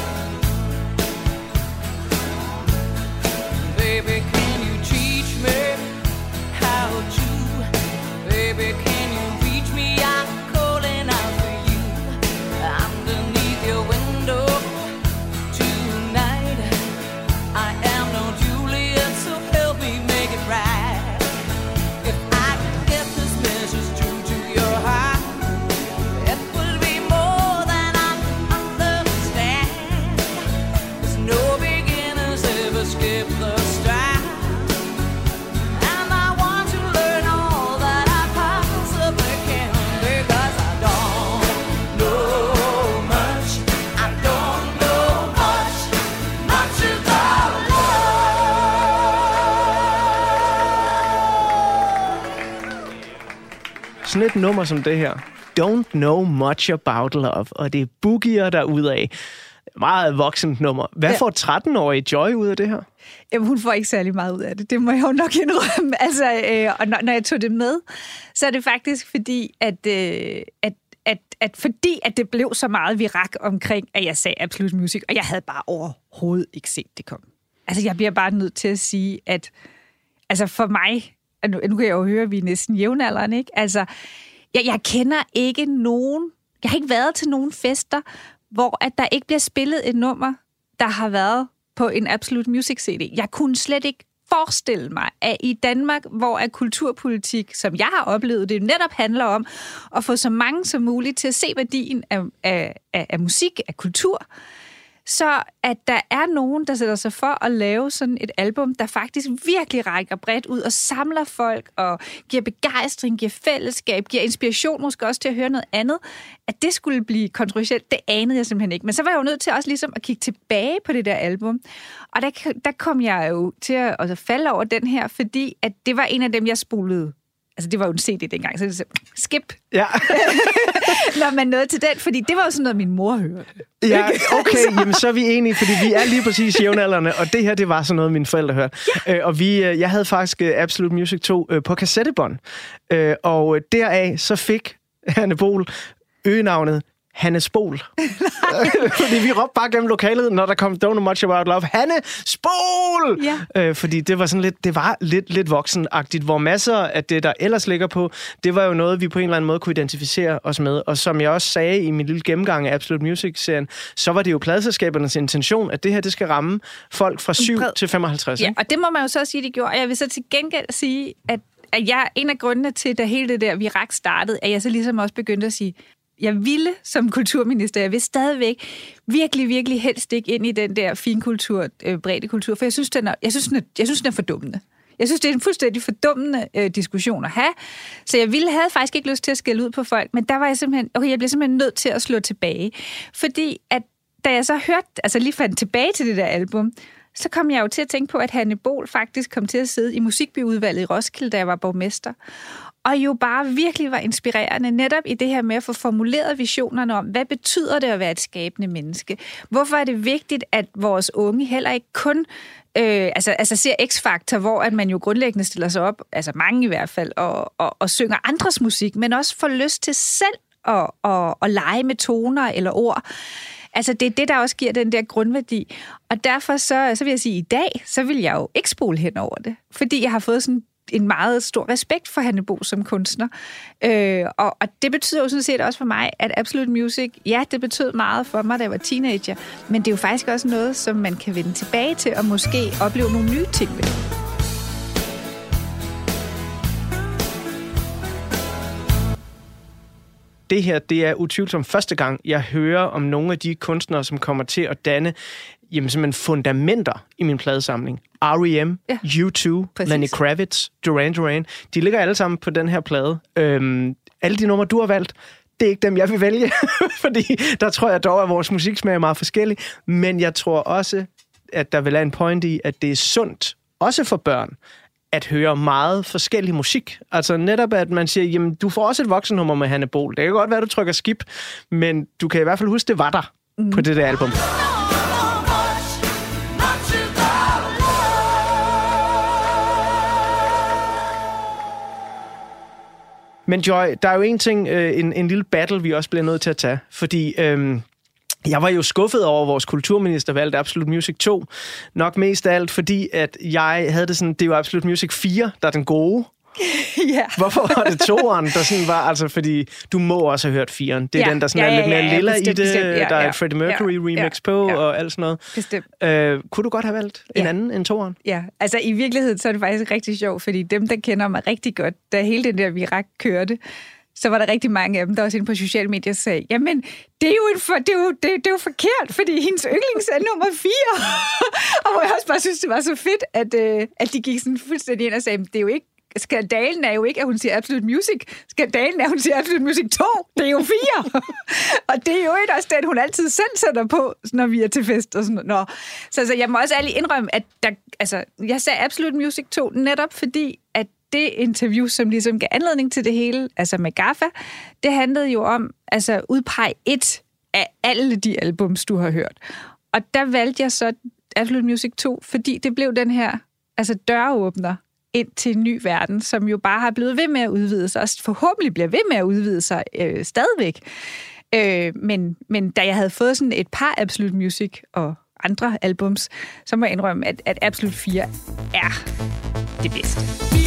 Baby, can you teach me how to? Baby, can you reach me? I'm calling out for you underneath your window tonight. I am no Juliet, so help me make it right. If I could get this message through to your heart, it would be more than I understand. There's no beginners ever skip the start, and I want to learn all that I possibly can, because I don't know much, I don't know much, much about love. Sådan et nummer som det her. Don't know much about love. Og det er boogier derudaf. Meget voksent nummer. Hvad får tretten-årige Joy ud af det her? Jamen, hun får ikke særlig meget ud af det. Det må jeg jo nok indrømme. Altså, øh, og når, når jeg tog det med, så er det faktisk fordi, at, øh, at, at, at, fordi, at det blev så meget virak omkring, at jeg sagde Absolute Music, og jeg havde bare overhovedet ikke set det komme. Altså, jeg bliver bare nødt til at sige, at altså for mig, nu, nu kan jeg jo høre, at vi er næsten jævnaldrende, ikke? Altså, jeg, jeg kender ikke nogen, jeg har ikke været til nogen fester, hvor at der ikke bliver spillet et nummer, der har været på en Absolute Music C D. Jeg kunne slet ikke forestille mig, at i Danmark, hvor at kulturpolitik, som jeg har oplevet, det netop handler om at få så mange som muligt til at se værdien af, af, af, af musik, af kultur, så at der er nogen, der sætter sig for at lave sådan et album, der faktisk virkelig rækker bredt ud og samler folk og giver begejstring, giver fællesskab, giver inspiration måske også til at høre noget andet, at det skulle blive kontroversielt, det anede jeg simpelthen ikke. Men så var jeg jo nødt til også ligesom at kigge tilbage på det der album. Og der, der kom jeg jo til at, at falde over den her, fordi at det var en af dem, jeg spolede. Altså, det var jo en C D dengang, så det er skip. Ja. Når man nåede til den, fordi det var jo sådan noget, min mor hørte. Ja, okay, jamen så er vi enige, fordi vi er lige præcis jævnaldrende, og det her, det var sådan noget, mine forældre hørte. Ja. Øh, og vi, jeg havde faktisk Absolute Music to på kassettebånd, øh, og deraf så fik Hanne Bol øgenavnet Hanne Spol. Fordi vi råbte bare gennem lokalet, når der kom Don't Know Much About Love. Hanne Spol! Ja. Øh, fordi det var sådan lidt, det var lidt, lidt voksenagtigt, hvor masser af det, der ellers ligger på, det var jo noget, vi på en eller anden måde kunne identificere os med. Og som jeg også sagde i min lille gennemgang af Absolute Music-serien, så var det jo pladeselskabernes intention, at det her, det skal ramme folk fra syv til femoghalvtreds. Ja, og det må man jo så sige, de gjorde. Og jeg vil så til gengæld sige, at, at jeg en af grundene til, da hele det der virak startede, at jeg så ligesom også begyndte at sige, jeg ville som kulturminister, jeg vil stadigvæk virkelig, virkelig helst ikke ind i den der finkultur, øh, bredde kultur, for jeg synes, den er, jeg synes, den er, jeg synes, den er fordummende. Jeg synes, det er en fuldstændig fordummende øh, diskussion at have. Så jeg ville havde faktisk ikke lyst til at skælde ud på folk, men der var jeg simpelthen, okay, jeg blev simpelthen nødt til at slå tilbage. Fordi at da jeg så hørte, altså lige fandt tilbage til det der album, så kom jeg jo til at tænke på, at Hanne Bol faktisk kom til at sidde i musikbyudvalget i Roskilde, da jeg var borgmester. Og jo bare virkelig var inspirerende netop i det her med at få formuleret visionerne om, hvad betyder det at være et skabende menneske? Hvorfor er det vigtigt, at vores unge heller ikke kun øh, altså, altså ser X-Factor, hvor at man jo grundlæggende stiller sig op, altså mange i hvert fald, og, og, og synger andres musik, men også får lyst til selv at, at, at lege med toner eller ord. Altså, det er det, der også giver den der grundværdi. Og derfor så, så vil jeg sige, at i dag, så vil jeg jo ikke spole hen over det. Fordi jeg har fået sådan en meget stor respekt for Hanne Bol som kunstner. Øh, og, og det betyder jo sådan set også for mig, at Absolute Music, ja, det betød meget for mig, da jeg var teenager, men det er jo faktisk også noget, som man kan vende tilbage til, og måske opleve nogle nye ting ved det. Det her, det er utvivlsomt første gang, jeg hører om nogle af de kunstnere, som kommer til at danne jamen, simpelthen fundamenter i min pladesamling. R E M, ja. U to, Præcis. Lenny Kravitz, Duran Duran. De ligger alle sammen på den her plade. Øhm, alle de numre, du har valgt, det er ikke dem, jeg vil vælge. Fordi der tror jeg dog, at vores musiksmag er meget forskellig. Men jeg tror også, at der vil være en point i, at det er sundt, også for børn, at høre meget forskellig musik. Altså netop, at man siger, jamen, du får også et voksennummer med Hanne Bol. Det kan godt være, du trykker skip, men du kan i hvert fald huske, det var der mm. på det der album. Men Joy, der er jo en ting, en, en lille battle, vi også bliver nødt til at tage, fordi øhm, jeg var jo skuffet over vores kulturminister valgte Absolute Music to, nok mest af alt, fordi at jeg havde det sådan, det er jo Absolute Music fire, der er den gode. Ja. Hvorfor var det toeren, der sådan var, altså fordi du må også have hørt firen. Det er ja. den, der sådan ja, ja, ja, er lidt mere lilla bestemt, i det, bestemt, ja, der er ja, et Freddie Mercury ja, remix ja, på ja, og alt sådan noget. Bestemt. Øh, kunne du godt have valgt en ja. anden end toeren? Ja, altså i virkeligheden så er det faktisk rigtig sjovt, fordi dem, der kender mig rigtig godt, da hele den der virak kørte, så var der rigtig mange af dem, der også inde på sociale medier sagde, jamen, det er jo, en for, det er jo, det, det er jo forkert, fordi hendes yndlings er nummer fire. Og hvor jeg også bare synes, det var så fedt, at, øh, at de gik sådan fuldstændig ind og sagde, det er jo ikke, skandalen er jo ikke, at hun siger Absolute Music. Skandalen er, at hun siger Absolute Music to. Det er jo fire. Og det er jo ikke også den, hun altid selv sætter på, når vi er til fest og sådan noget. Så altså, jeg må også ærligt indrømme, at der, altså, jeg sagde Absolute Music to netop fordi, at det interview, som ligesom gav anledning til det hele, altså med Gaffa, det handlede jo om altså udpege et af alle de albums, du har hørt. Og der valgte jeg så Absolute Music to, fordi det blev den her altså døråbner ind til en ny verden, som jo bare har blevet ved med at udvide sig, og forhåbentlig bliver ved med at udvide sig øh, stadigvæk. Øh, men, men da jeg havde fået sådan et par Absolute Music og andre albums, så må jeg indrømme, at, at Absolute fire er det bedste.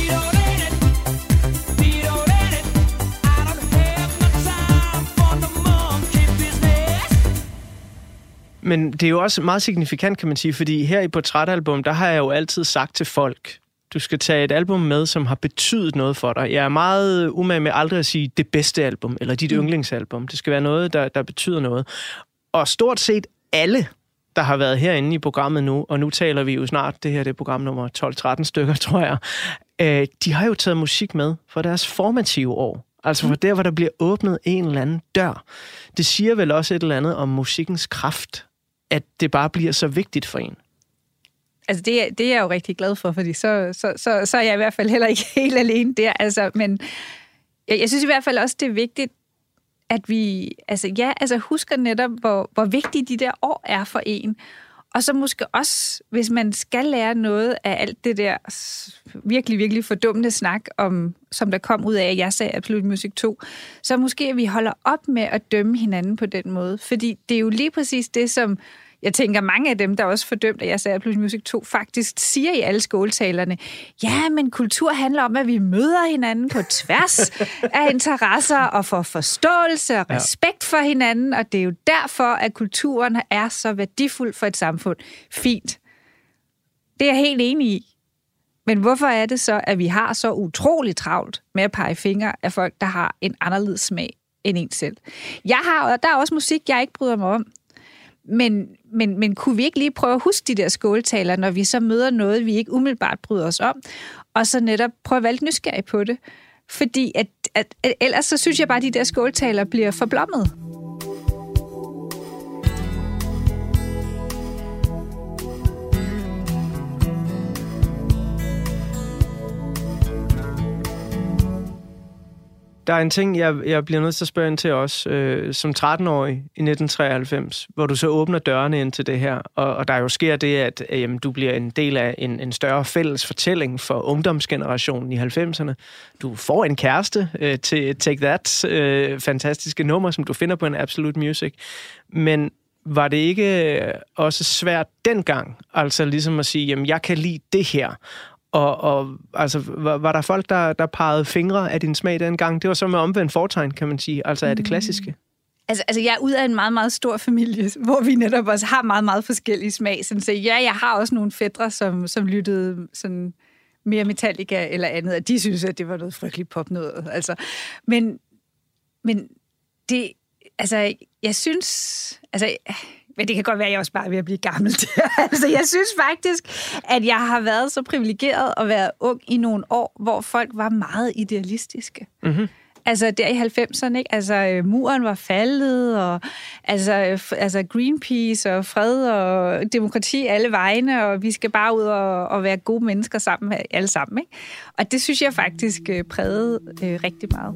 Men det er jo også meget signifikant, kan man sige, fordi her i Portrætalbum, der har jeg jo altid sagt til folk, du skal tage et album med, som har betydet noget for dig. Jeg er meget umage med aldrig at sige det bedste album, eller dit mm. yndlingsalbum. Det skal være noget, der, der betyder noget. Og stort set alle, der har været herinde i programmet nu, og nu taler vi jo snart, det her det er program nummer tolv tretten stykker, tror jeg, øh, de har jo taget musik med for deres formative år. Altså for der, hvor der bliver åbnet en eller anden dør. Det siger vel også et eller andet om musikkens kraft, at det bare bliver så vigtigt for en. Altså det, det er jeg jo rigtig glad for, fordi så, så, så, så er jeg i hvert fald heller ikke helt alene der. Altså, men jeg, jeg synes i hvert fald også, det er vigtigt, at vi altså, ja, altså husker netop, hvor, hvor vigtige de der år er for en. Og så måske også, hvis man skal lære noget af alt det der virkelig, virkelig fordummende snak, om, som der kom ud af, at jeg sagde Absolute Music to, så måske at vi holder op med at dømme hinanden på den måde. Fordi det er jo lige præcis det, som jeg tænker, mange af dem, der også fordømt, at jeg sagde Absolute Music to, faktisk siger i alle skåltalerne, ja, men kultur handler om, at vi møder hinanden på tværs af interesser og får forståelse og respekt for hinanden, og det er jo derfor, at kulturen er så værdifuld for et samfund. Fint. Det er jeg helt enig i. Men hvorfor er det så, at vi har så utroligt travlt med at pege fingre af folk, der har en anderledes smag end en selv? Jeg har, og der er også musik, jeg ikke bryder mig om. Men, men, men kunne vi ikke lige prøve at huske de der skåltaler, når vi så møder noget, vi ikke umiddelbart bryder os om, og så netop prøve at være lidt nysgerrig på det? Fordi at, at, at ellers så synes jeg bare, at de der skåltaler bliver forblommet. Der er en ting, jeg, jeg bliver nødt til at spørge ind til også, øh, som tretten-årig i nitten treoghalvfems, hvor du så åbner dørene ind til det her, og, og der jo sker det, at øh, jamen, du bliver en del af en, en større fælles fortælling for ungdomsgenerationen i halvfemserne. Du får en kæreste øh, til Take That, øh, fantastiske nummer, som du finder på en Absolute Music. Men var det ikke også svært dengang, altså ligesom at sige, jamen, jeg kan lide det her? Og, og altså, var, var der folk, der, der pegede fingre af din smag dengang? Det var så med omvendt fortegn, kan man sige. Altså er det klassiske? Altså, altså, jeg er ud af en meget, meget stor familie, hvor vi netop også har meget, meget forskellige smag. Så ja, jeg har også nogle fætre, som, som lyttede sådan mere Metallica eller andet, og de synes, at det var noget frygteligt pop noget. Altså, men, men det, altså, jeg synes, altså, men det kan godt være, at jeg også bare er ved at blive gammel. Altså, jeg synes faktisk, at jeg har været så privilegeret at være ung i nogle år, hvor folk var meget idealistiske. Mm-hmm. Altså, der i halvfemserne, ikke? Altså, muren var faldet, og altså, altså Greenpeace og fred og demokrati alle vegne, og vi skal bare ud og, og være gode mennesker sammen, alle sammen, ikke? Og det synes jeg faktisk prægede øh, rigtig meget.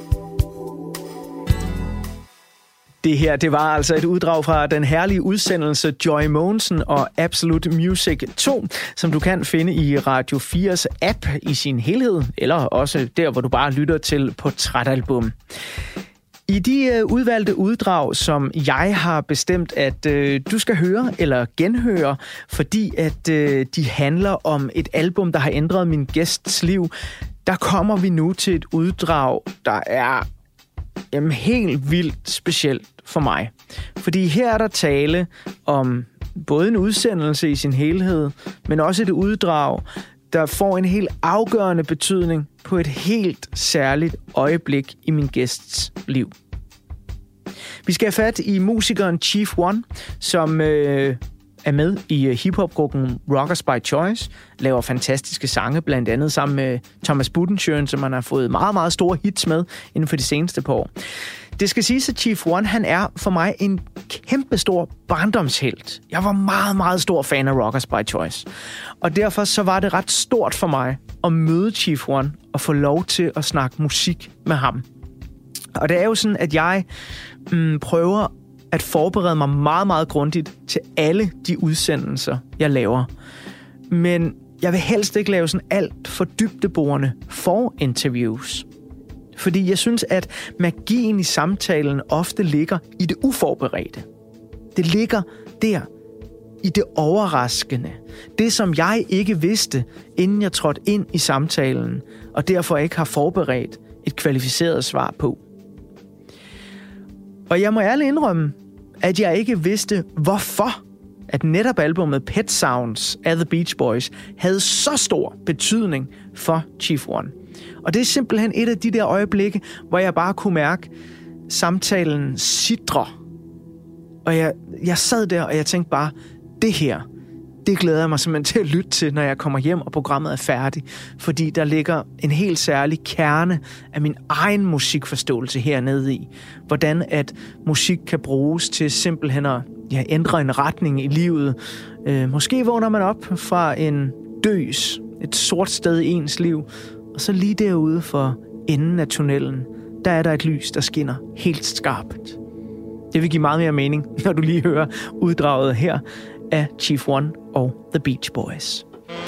Det her, det var altså et uddrag fra den herlige udsendelse Joy Mogensen og Absolute Music to, som du kan finde i Radio fires app i sin helhed, eller også der, hvor du bare lytter til Portrætalbum. I de uh, udvalgte uddrag, som jeg har bestemt, at uh, du skal høre eller genhøre, fordi at uh, de handler om et album, der har ændret min gæsts liv, der kommer vi nu til et uddrag, der er Jamen, helt vildt specielt for mig. Fordi her er der tale om både en udsendelse i sin helhed, men også et uddrag, der får en helt afgørende betydning på et helt særligt øjeblik i min gæsts liv. Vi skal have fat i musikeren Chief One, som øh, er med i hiphop-gruppen Rockers by Choice, laver fantastiske sange, blandt andet sammen med Thomas Budensjøen, som man har fået meget, meget store hits med inden for de seneste par år. Det skal siges, at Chief One, han er for mig en kæmpestor barndomshelt. Jeg var meget, meget stor fan af Rockers by Choice. Og derfor så var det ret stort for mig at møde Chief One og få lov til at snakke musik med ham. Og det er jo sådan, at jeg mm, prøver at forberede mig meget, meget grundigt til alle de udsendelser, jeg laver. Men jeg vil helst ikke lave sådan alt for dybdeborende for-interviews. Fordi jeg synes, at magien i samtalen ofte ligger i det uforberedte. Det ligger der, i det overraskende. Det, som jeg ikke vidste, inden jeg trådte ind i samtalen, og derfor ikke har forberedt et kvalificeret svar på. Og jeg må ærligt indrømme, at jeg ikke vidste, hvorfor at netop albumet Pet Sounds af The Beach Boys havde så stor betydning for Chief One. Og det er simpelthen et af de der øjeblikke, hvor jeg bare kunne mærke samtalen sidre. Og jeg, jeg sad der, og jeg tænkte bare, det her, det glæder jeg mig simpelthen til at lytte til, når jeg kommer hjem, og programmet er færdigt. Fordi der ligger en helt særlig kerne af min egen musikforståelse hernede i. Hvordan at musik kan bruges til simpelthen at ja, ændre en retning i livet. Øh, måske vågner man op fra en døs, et sort sted i ens liv, og så lige derude for enden af tunnelen, der er der et lys, der skinner helt skarpt. Det vil give meget mere mening, når du lige hører uddraget her af Chief One og The Beach Boys.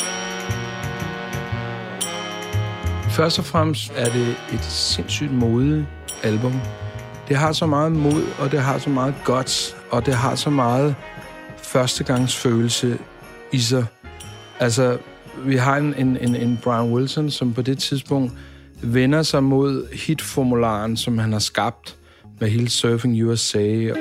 Først og fremmest er det et sindssygt modigt album. Det har så meget mod, og det har så meget guts, og det har så meget førstegangsfølelse i sig. Altså, vi har en, en, en, en Brian Wilson, som på det tidspunkt vender sig mod hitformularen, som han har skabt med hele Surfing U S A.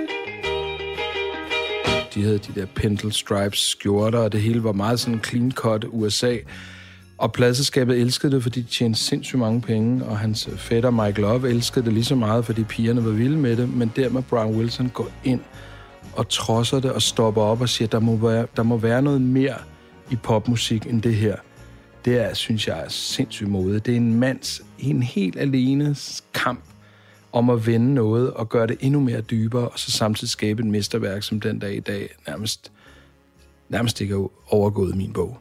De havde de der Pendle Stripes skjorter, og det hele var meget sådan clean-cut U S A. Og pladeselskabet elskede det, fordi de tjente sindssygt mange penge, og hans fætter Mike Love elskede det lige så meget, fordi pigerne var vilde med det. Men der med Brian Wilson går ind og trodser det og stopper op og siger, at der må være, der må være noget mere i popmusik end det her. Det er, synes jeg, er sindssygt modigt. Det er en mands, en helt alene kamp om at vende noget og gøre det endnu mere dybere, og så samtidig skabe et mesterværk, som den dag i dag nærmest, nærmest ikke er overgået min bog.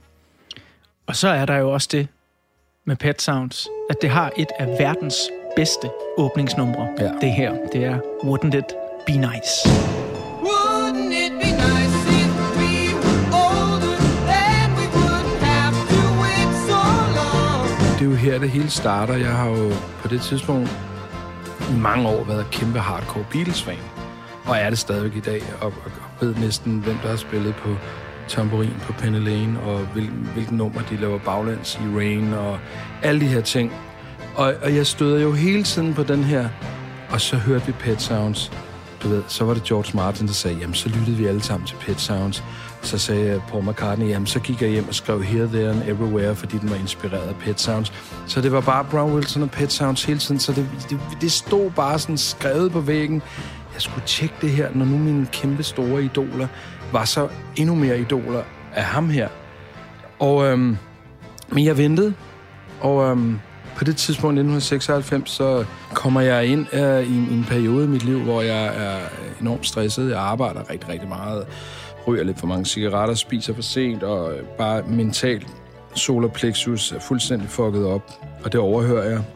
Og så er der jo også det med Pet Sounds, at det har et af verdens bedste åbningsnumre. Ja. Det her, det er Wouldn't It Be Nice? Wouldn't it be nice if we were older, then we wouldn't have to wait so long? Det er jo her, det hele starter. Jeg har jo på det tidspunkt i mange år været kæmpe hardcore Beatles-fan, og er det stadigvæk i dag, og, og ved næsten, hvem der har spillet på tamburin på Penny Lane, og hvilken, hvilken nummer de laver baglæns i Rain, og alle de her ting. Og, og jeg støder jo hele tiden på den her, og så hørte vi Pet Sounds. Du ved, så var det George Martin, der sagde, jamen så lyttede vi alle sammen til Pet Sounds. Så sagde Paul McCartney, jamen så gik jeg hjem og skrev Here, There and Everywhere, fordi den var inspireret af Pet Sounds. Så det var bare Brian Wilson og Pet Sounds hele tiden, så det, det, det stod bare sådan skrevet på væggen. Jeg skulle tjekke det her, når nu mine kæmpe store idoler var så endnu mere idoler af ham her. Og, øhm, men jeg ventede, og øhm, på det tidspunkt i nitten seksoghalvfems, så kommer jeg ind øh, i, en, i en periode i mit liv, hvor jeg er enormt stresset. Jeg arbejder rigtig, rigtig meget, ryger lidt for mange cigaretter, spiser for sent, og bare mentalt solarplexus er fuldstændig fucket op, og det overhører jeg.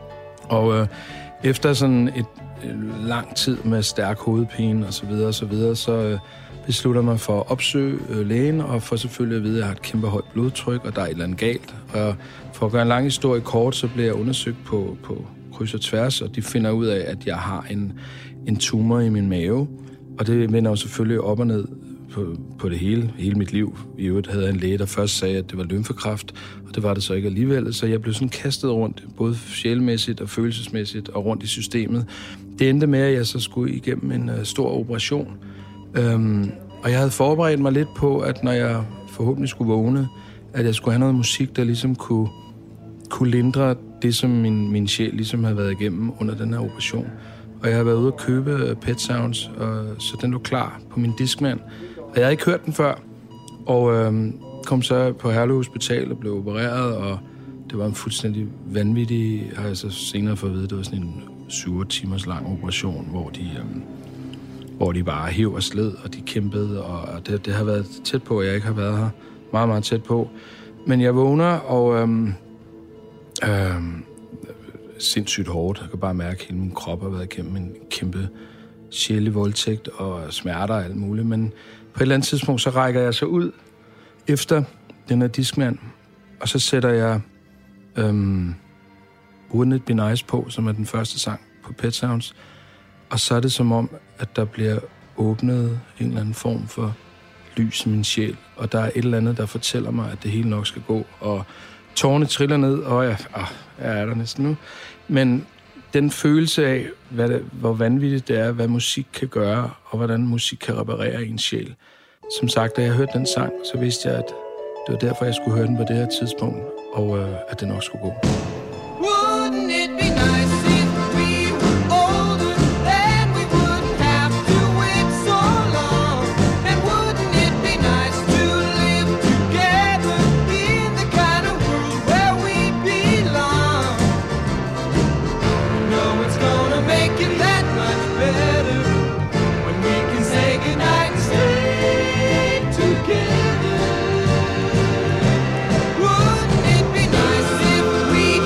Og øh, efter sådan et, et lang tid med stærk hovedpine og så videre og så videre, så øh, beslutter mig for at opsøge øh, lægen, og for selvfølgelig at vide, at jeg har et kæmpe højt blodtryk, og der er et eller andet galt. Og for at gøre en lang historie kort, så bliver jeg undersøgt på, på kryds og tværs, og de finder ud af, at jeg har en, en tumor i min mave. Og det vender jo selvfølgelig op og ned på, på det hele, hele mit liv. I øvrigt havde jeg en læge, der først sagde, at det var lymfekræft, og det var det så ikke alligevel. Så jeg blev sådan kastet rundt, både sjælmæssigt og følelsesmæssigt, og rundt i systemet. Det endte med, at jeg så skulle igennem en uh, stor operation. Øhm, og jeg havde forberedt mig lidt på, at når jeg forhåbentlig skulle vågne, at jeg skulle have noget musik, der ligesom kunne, kunne lindre det, som min, min sjæl ligesom havde været igennem under den her operation. Og jeg har været ude at købe Pet Sounds, og, så den lå klar på min diskmand. Og jeg havde ikke hørt den før, og øhm, kom så på Herlev Hospital og blev opereret, og det var en fuldstændig vanvittig, har jeg så senere fået at vide, det var sådan en syv timers lang operation, hvor de, øhm, hvor de bare hev og sled, og de kæmpede, og det, det har været tæt på, at jeg ikke har været her. Meget, meget tæt på. Men jeg vågner, og øhm, øhm, sindssygt hårdt. Jeg kan bare mærke, at hele min krop har været igennem en kæmpe sjældent voldtægt og smerter og alt muligt. Men på et eller andet tidspunkt, så rækker jeg så ud efter den her diskmand, og så sætter jeg øhm, Wouldn't It Be Nice på, som er den første sang på Pet Sounds. Og så er det som om, at der bliver åbnet en eller anden form for lys i min sjæl, og der er et eller andet, der fortæller mig, at det hele nok skal gå, og tårerne triller ned, og jeg, åh, jeg er der næsten nu. Men den følelse af, hvad det, hvor vanvittigt det er, hvad musik kan gøre, og hvordan musik kan reparere en sjæl. Som sagt, da jeg hørte den sang, så vidste jeg, at det var derfor, jeg skulle høre den på det her tidspunkt, og øh, at det nok skulle gå. Wouldn't it be nice if we were older, then we wouldn't have to wait so long? And wouldn't it be nice to live together in the kind of world where we belong? No, it's gonna make it that much better when we can say goodnight and stay together. Wouldn't it be nice if we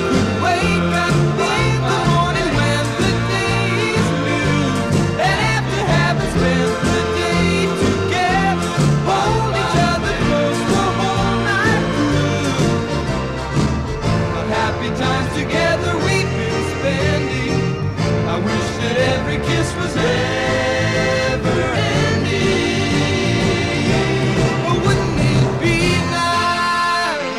times together we've been spending. I wish that every kiss was never ending. But wouldn't it be nice?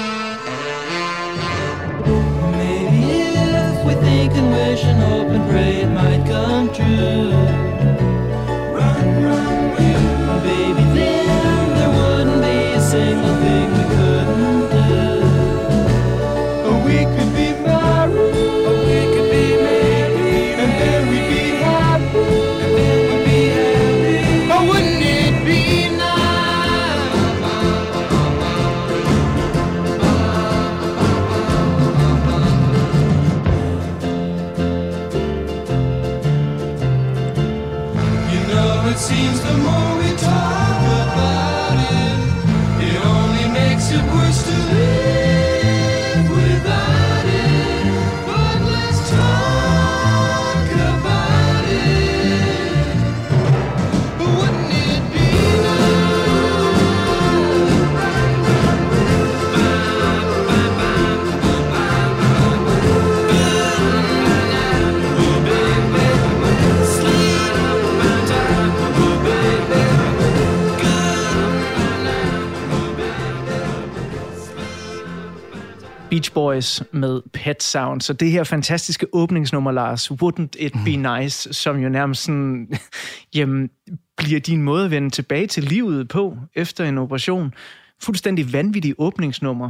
Maybe if we think and wish and hope and pray it might come true. Run, run, you, baby, then there wouldn't be a single thing we couldn't do. Or we could be married, or we could be married, and then we'd be happy, and then we'd be happy. But wouldn't it be nice? You know, it seems the more we talk about it, it only makes it worse to live without it. But let's talk about it. But wouldn't it be Beach Boys med Pet Sound. Så det her fantastiske åbningsnummer, Lars, Wouldn't It Be Nice, som jo nærmest sådan, jamen, bliver din måde at vende tilbage til livet på efter en operation. Fuldstændig vanvittig åbningsnummer.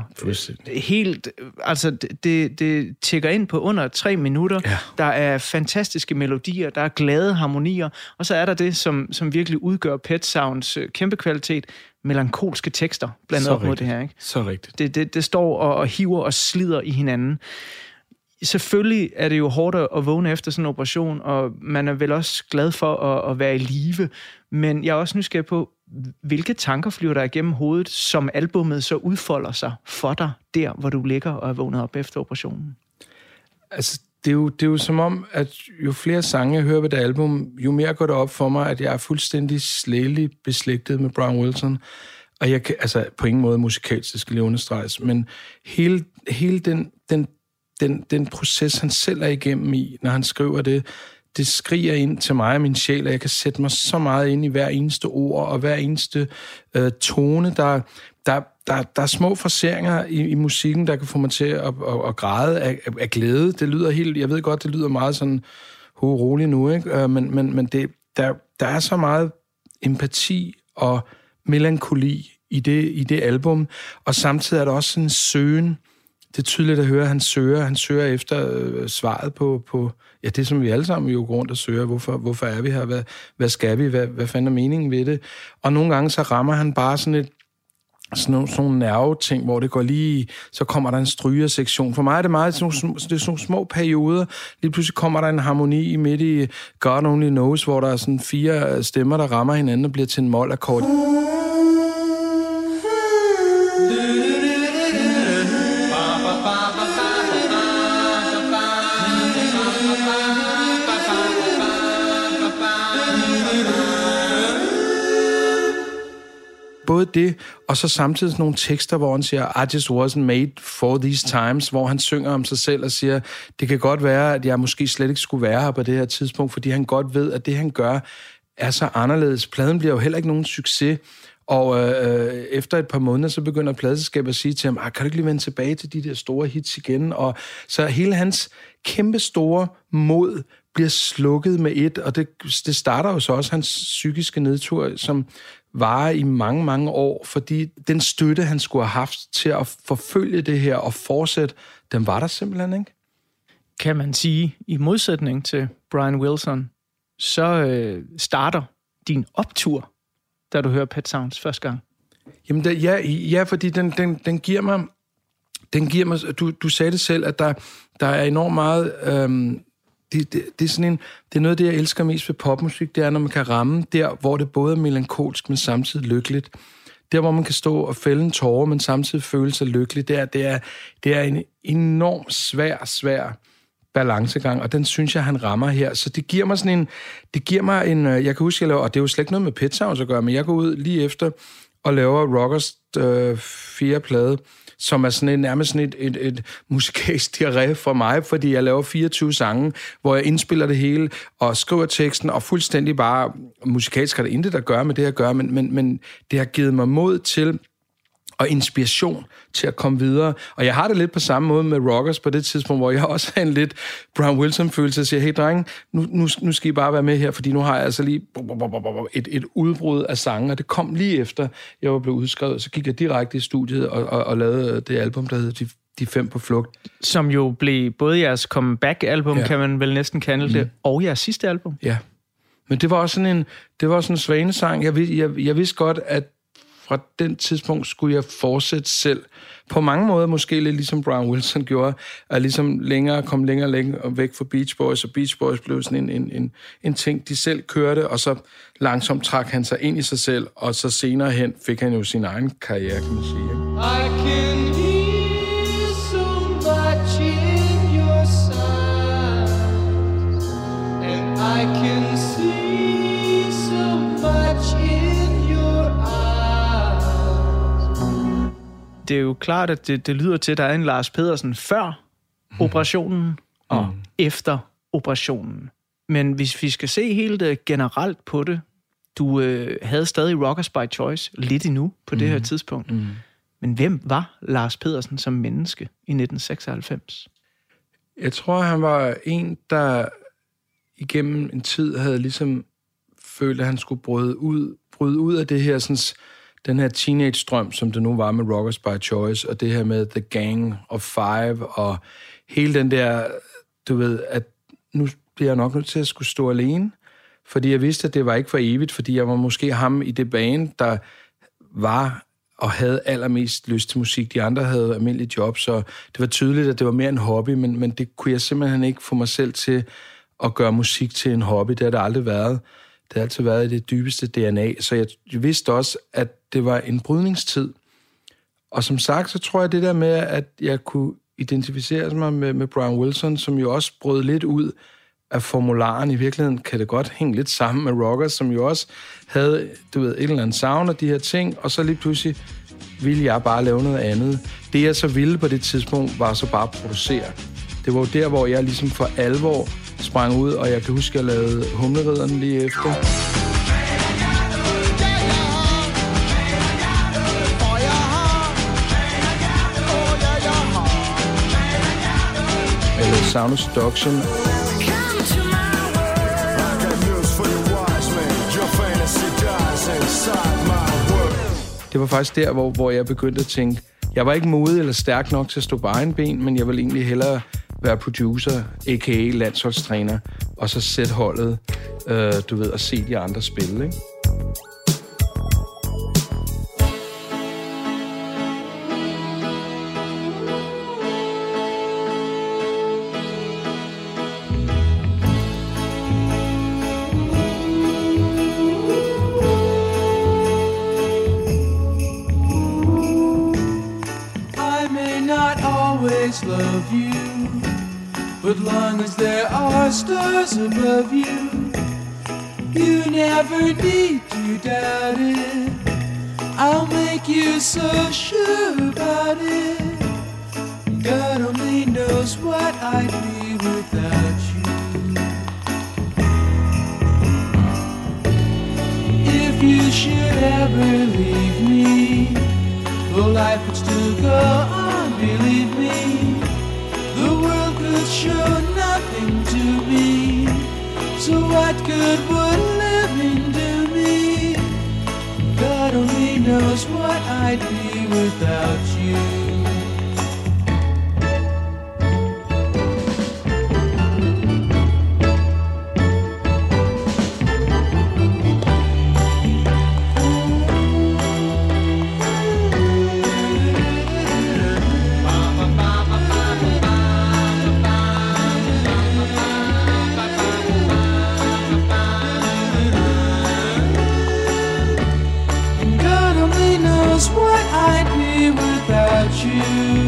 Helt, altså det, det tjekker ind på under tre minutter. Ja. Der er fantastiske melodier, der er glade harmonier, og så er der det, som, som virkelig udgør Pet Sounds kæmpe kvalitet, melankolske tekster blandet op mod det her, ikke? Så rigtigt. Det, det, det står og, og hiver og slider i hinanden. Selvfølgelig er det jo hårdt at vågne efter sådan en operation, og man er vel også glad for at, at være i live, men jeg er også nysgerrig på, hvilke tanker flyver der igennem hovedet, som albummet så udfolder sig for dig, der hvor du ligger og er vågnet op efter operationen? Altså, det er jo, det er jo som om, at jo flere sange jeg hører ved det album, jo mere går det op for mig, at jeg er fuldstændig slægeligt beslægtet med Brian Wilson. Og jeg kan, altså på ingen måde musikalsk, det skal lige understreges, men hele, hele den, den, den, den proces, han selv er igennem i, når han skriver det, det skriger ind til mig og min sjæl, og jeg kan sætte mig så meget ind i hver eneste ord og hver eneste øh, tone. Der, der, der, der er små fraseringer i, i musikken, der kan få mig til at, at, at græde af, af glæde. Det lyder helt, jeg ved godt, det lyder meget sådan ho, roligt nu, ikke? Men, men, men det, der, der er så meget empati og melankoli i det, i det album, og samtidig er der også sådan en søgen. Det er tydeligt at høre, at han søger, han søger efter øh, svaret på, på ja, det, som vi alle sammen jo går rundt og søger. Hvorfor, hvorfor er vi her? Hvad, hvad skal vi? Hvad, hvad fanden er meningen ved det? Og nogle gange så rammer han bare sådan et sådan nogle, sådan nogle nerveting, hvor det går lige, så kommer der en strygersektion. For mig er det meget sådan nogle, det er sådan nogle små perioder. Lige pludselig kommer der en harmoni i midt i God Only Knows, hvor der er sådan fire stemmer, der rammer hinanden og bliver til en mol-akkord. Både det, og så samtidig sådan nogle tekster, hvor han siger, I just wasn't made for these times, hvor han synger om sig selv og siger, det kan godt være, at jeg måske slet ikke skulle være her på det her tidspunkt, fordi han godt ved, at det, han gør, er så anderledes. Pladen bliver jo heller ikke nogen succes, og øh, efter et par måneder, så begynder pladeselskabet at sige til ham, kan du ikke lige vende tilbage til de der store hits igen? Og så hele hans kæmpe store mod bliver slukket med et, og det, det starter jo så også hans psykiske nedtur, som varer i mange, mange år, fordi den støtte, han skulle have haft til at forfølge det her og fortsætte, den var der simpelthen ikke. Kan man sige, i modsætning til Brian Wilson, så øh, starter din optur, da du hører Pet Sounds første gang? Jamen, der, ja, ja, fordi den, den, den giver mig, den giver mig, du, du sagde det selv, at der, der er enormt meget, øhm, det, det, det er sådan en, det er noget af det, jeg elsker mest ved popmusik, det er, når man kan ramme der, hvor det både er melankolsk, men samtidig lykkeligt. Der, hvor man kan stå og fælde en tåre, men samtidig føle sig lykkelig, det er, det er, det er en enormt svær, svær balancegang, og den synes jeg, han rammer her. Så det giver mig sådan en, det giver mig en, jeg kan huske, jeg laver, og det er jo slet ikke noget med Pet Sounds at gøre, men jeg går ud lige efter og laver Rockers øh, fjerde plade, som er sådan et, nærmest sådan et, et, et musikalsk diarré for mig, fordi jeg laver fireogtyve sange, hvor jeg indspiller det hele og skriver teksten, og fuldstændig bare musikalsk har det intet at gøre med det, jeg gør, men, men, men det har givet mig mod til og inspiration til at komme videre. Og jeg har det lidt på samme måde med Rockers på det tidspunkt, hvor jeg også har en lidt Brian Wilson-følelse og siger, hey drenge, nu, nu, nu skal I bare være med her, fordi nu har jeg altså lige et, et udbrud af sange, og det kom lige efter, jeg var blevet udskrevet. Så gik jeg direkte i studiet og, og, og lavede det album, der hed De, De Fem på Flugt. Som jo blev både jeres comeback-album, ja. Kan man vel næsten kalde det, mm. og jeres sidste album. Ja, men det var også sådan en, det var sådan en svanesang. Jeg, jeg, jeg vidste godt, at fra den tidspunkt skulle jeg fortsætte selv. På mange måder måske lidt ligesom Brian Wilson gjorde, at ligesom længere kom længere længere væk fra Beach Boys, og Beach Boys blev sådan en, en, en, en ting, de selv kørte, og så langsomt trak han sig ind i sig selv, og så senere hen fik han jo sin egen karriere, kan man sige. I can hear so much in your sound, and I can see so much in your eyes. Det er jo klart, at det, det lyder til, at der er en Lars Pedersen før mm. operationen og mm. efter operationen. Men hvis vi skal se helt uh, generelt på det, du øh, havde stadig Rockers by Choice lidt endnu på mm. det her tidspunkt. Mm. Men hvem var Lars Pedersen som menneske i nitten seksoghalvfems? Jeg tror, han var en, der igennem en tid havde ligesom følt, at han skulle bryde ud, bryde ud af det her, sådan, den her teenage-strøm, som det nu var med Rockers by Choice, og det her med The Gang of Five, og hele den der, du ved, at nu bliver jeg nok nødt til at skulle stå alene, fordi jeg vidste, at det var ikke for evigt, fordi jeg var måske ham i det band, der var og havde allermest lyst til musik. De andre havde almindelige jobs, så det var tydeligt, at det var mere en hobby, men, men det kunne jeg simpelthen ikke få mig selv til at gøre musik til en hobby. Det har det aldrig været. Det har altid været i det dybeste D N A, så jeg vidste også, at det var en brydningstid. Og som sagt, så tror jeg det der med, at jeg kunne identificere mig med, med Brian Wilson, som jo også brød lidt ud af formularen. I virkeligheden kan det godt hænge lidt sammen med Rockers, som jo også havde, du ved, et eller andet sound af de her ting, og så lige pludselig ville jeg bare lave noget andet. Det jeg så ville på det tidspunkt, var så bare at producere. Det var jo der, hvor jeg ligesom for alvor sprang ud, og jeg kan huske, at jeg lavede Humleridderne lige efter. Eller Sound of Seduction. Det var faktisk der, hvor, hvor jeg begyndte at tænke, jeg var ikke modig eller stærk nok til at stå på egen ben, men jeg ville egentlig hellere være producer, a k a landsholdstræner, og så sætte holdet, øh, du ved, og se de andre spille, ikke? Love you, but long as there are stars above you, you never need to doubt it. I'll make you so sure about it. God only knows what I'd be without you. If you should ever leave me, well, life would still go on, believe me. The world could show nothing to me, so what good would living do me? God only knows what I'd be without you. What I'd be without you.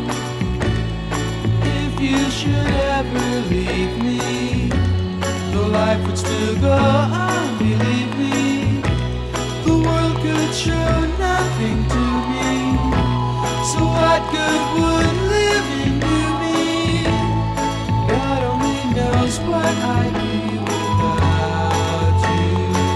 If you should ever leave me, the life would still go on, believe me. The world could show nothing to me, So what good would living do me? God only knows what I'd be without you.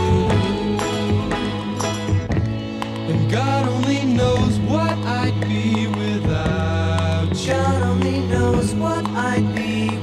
And God only knows what I'd be without you. God only knows what I'd be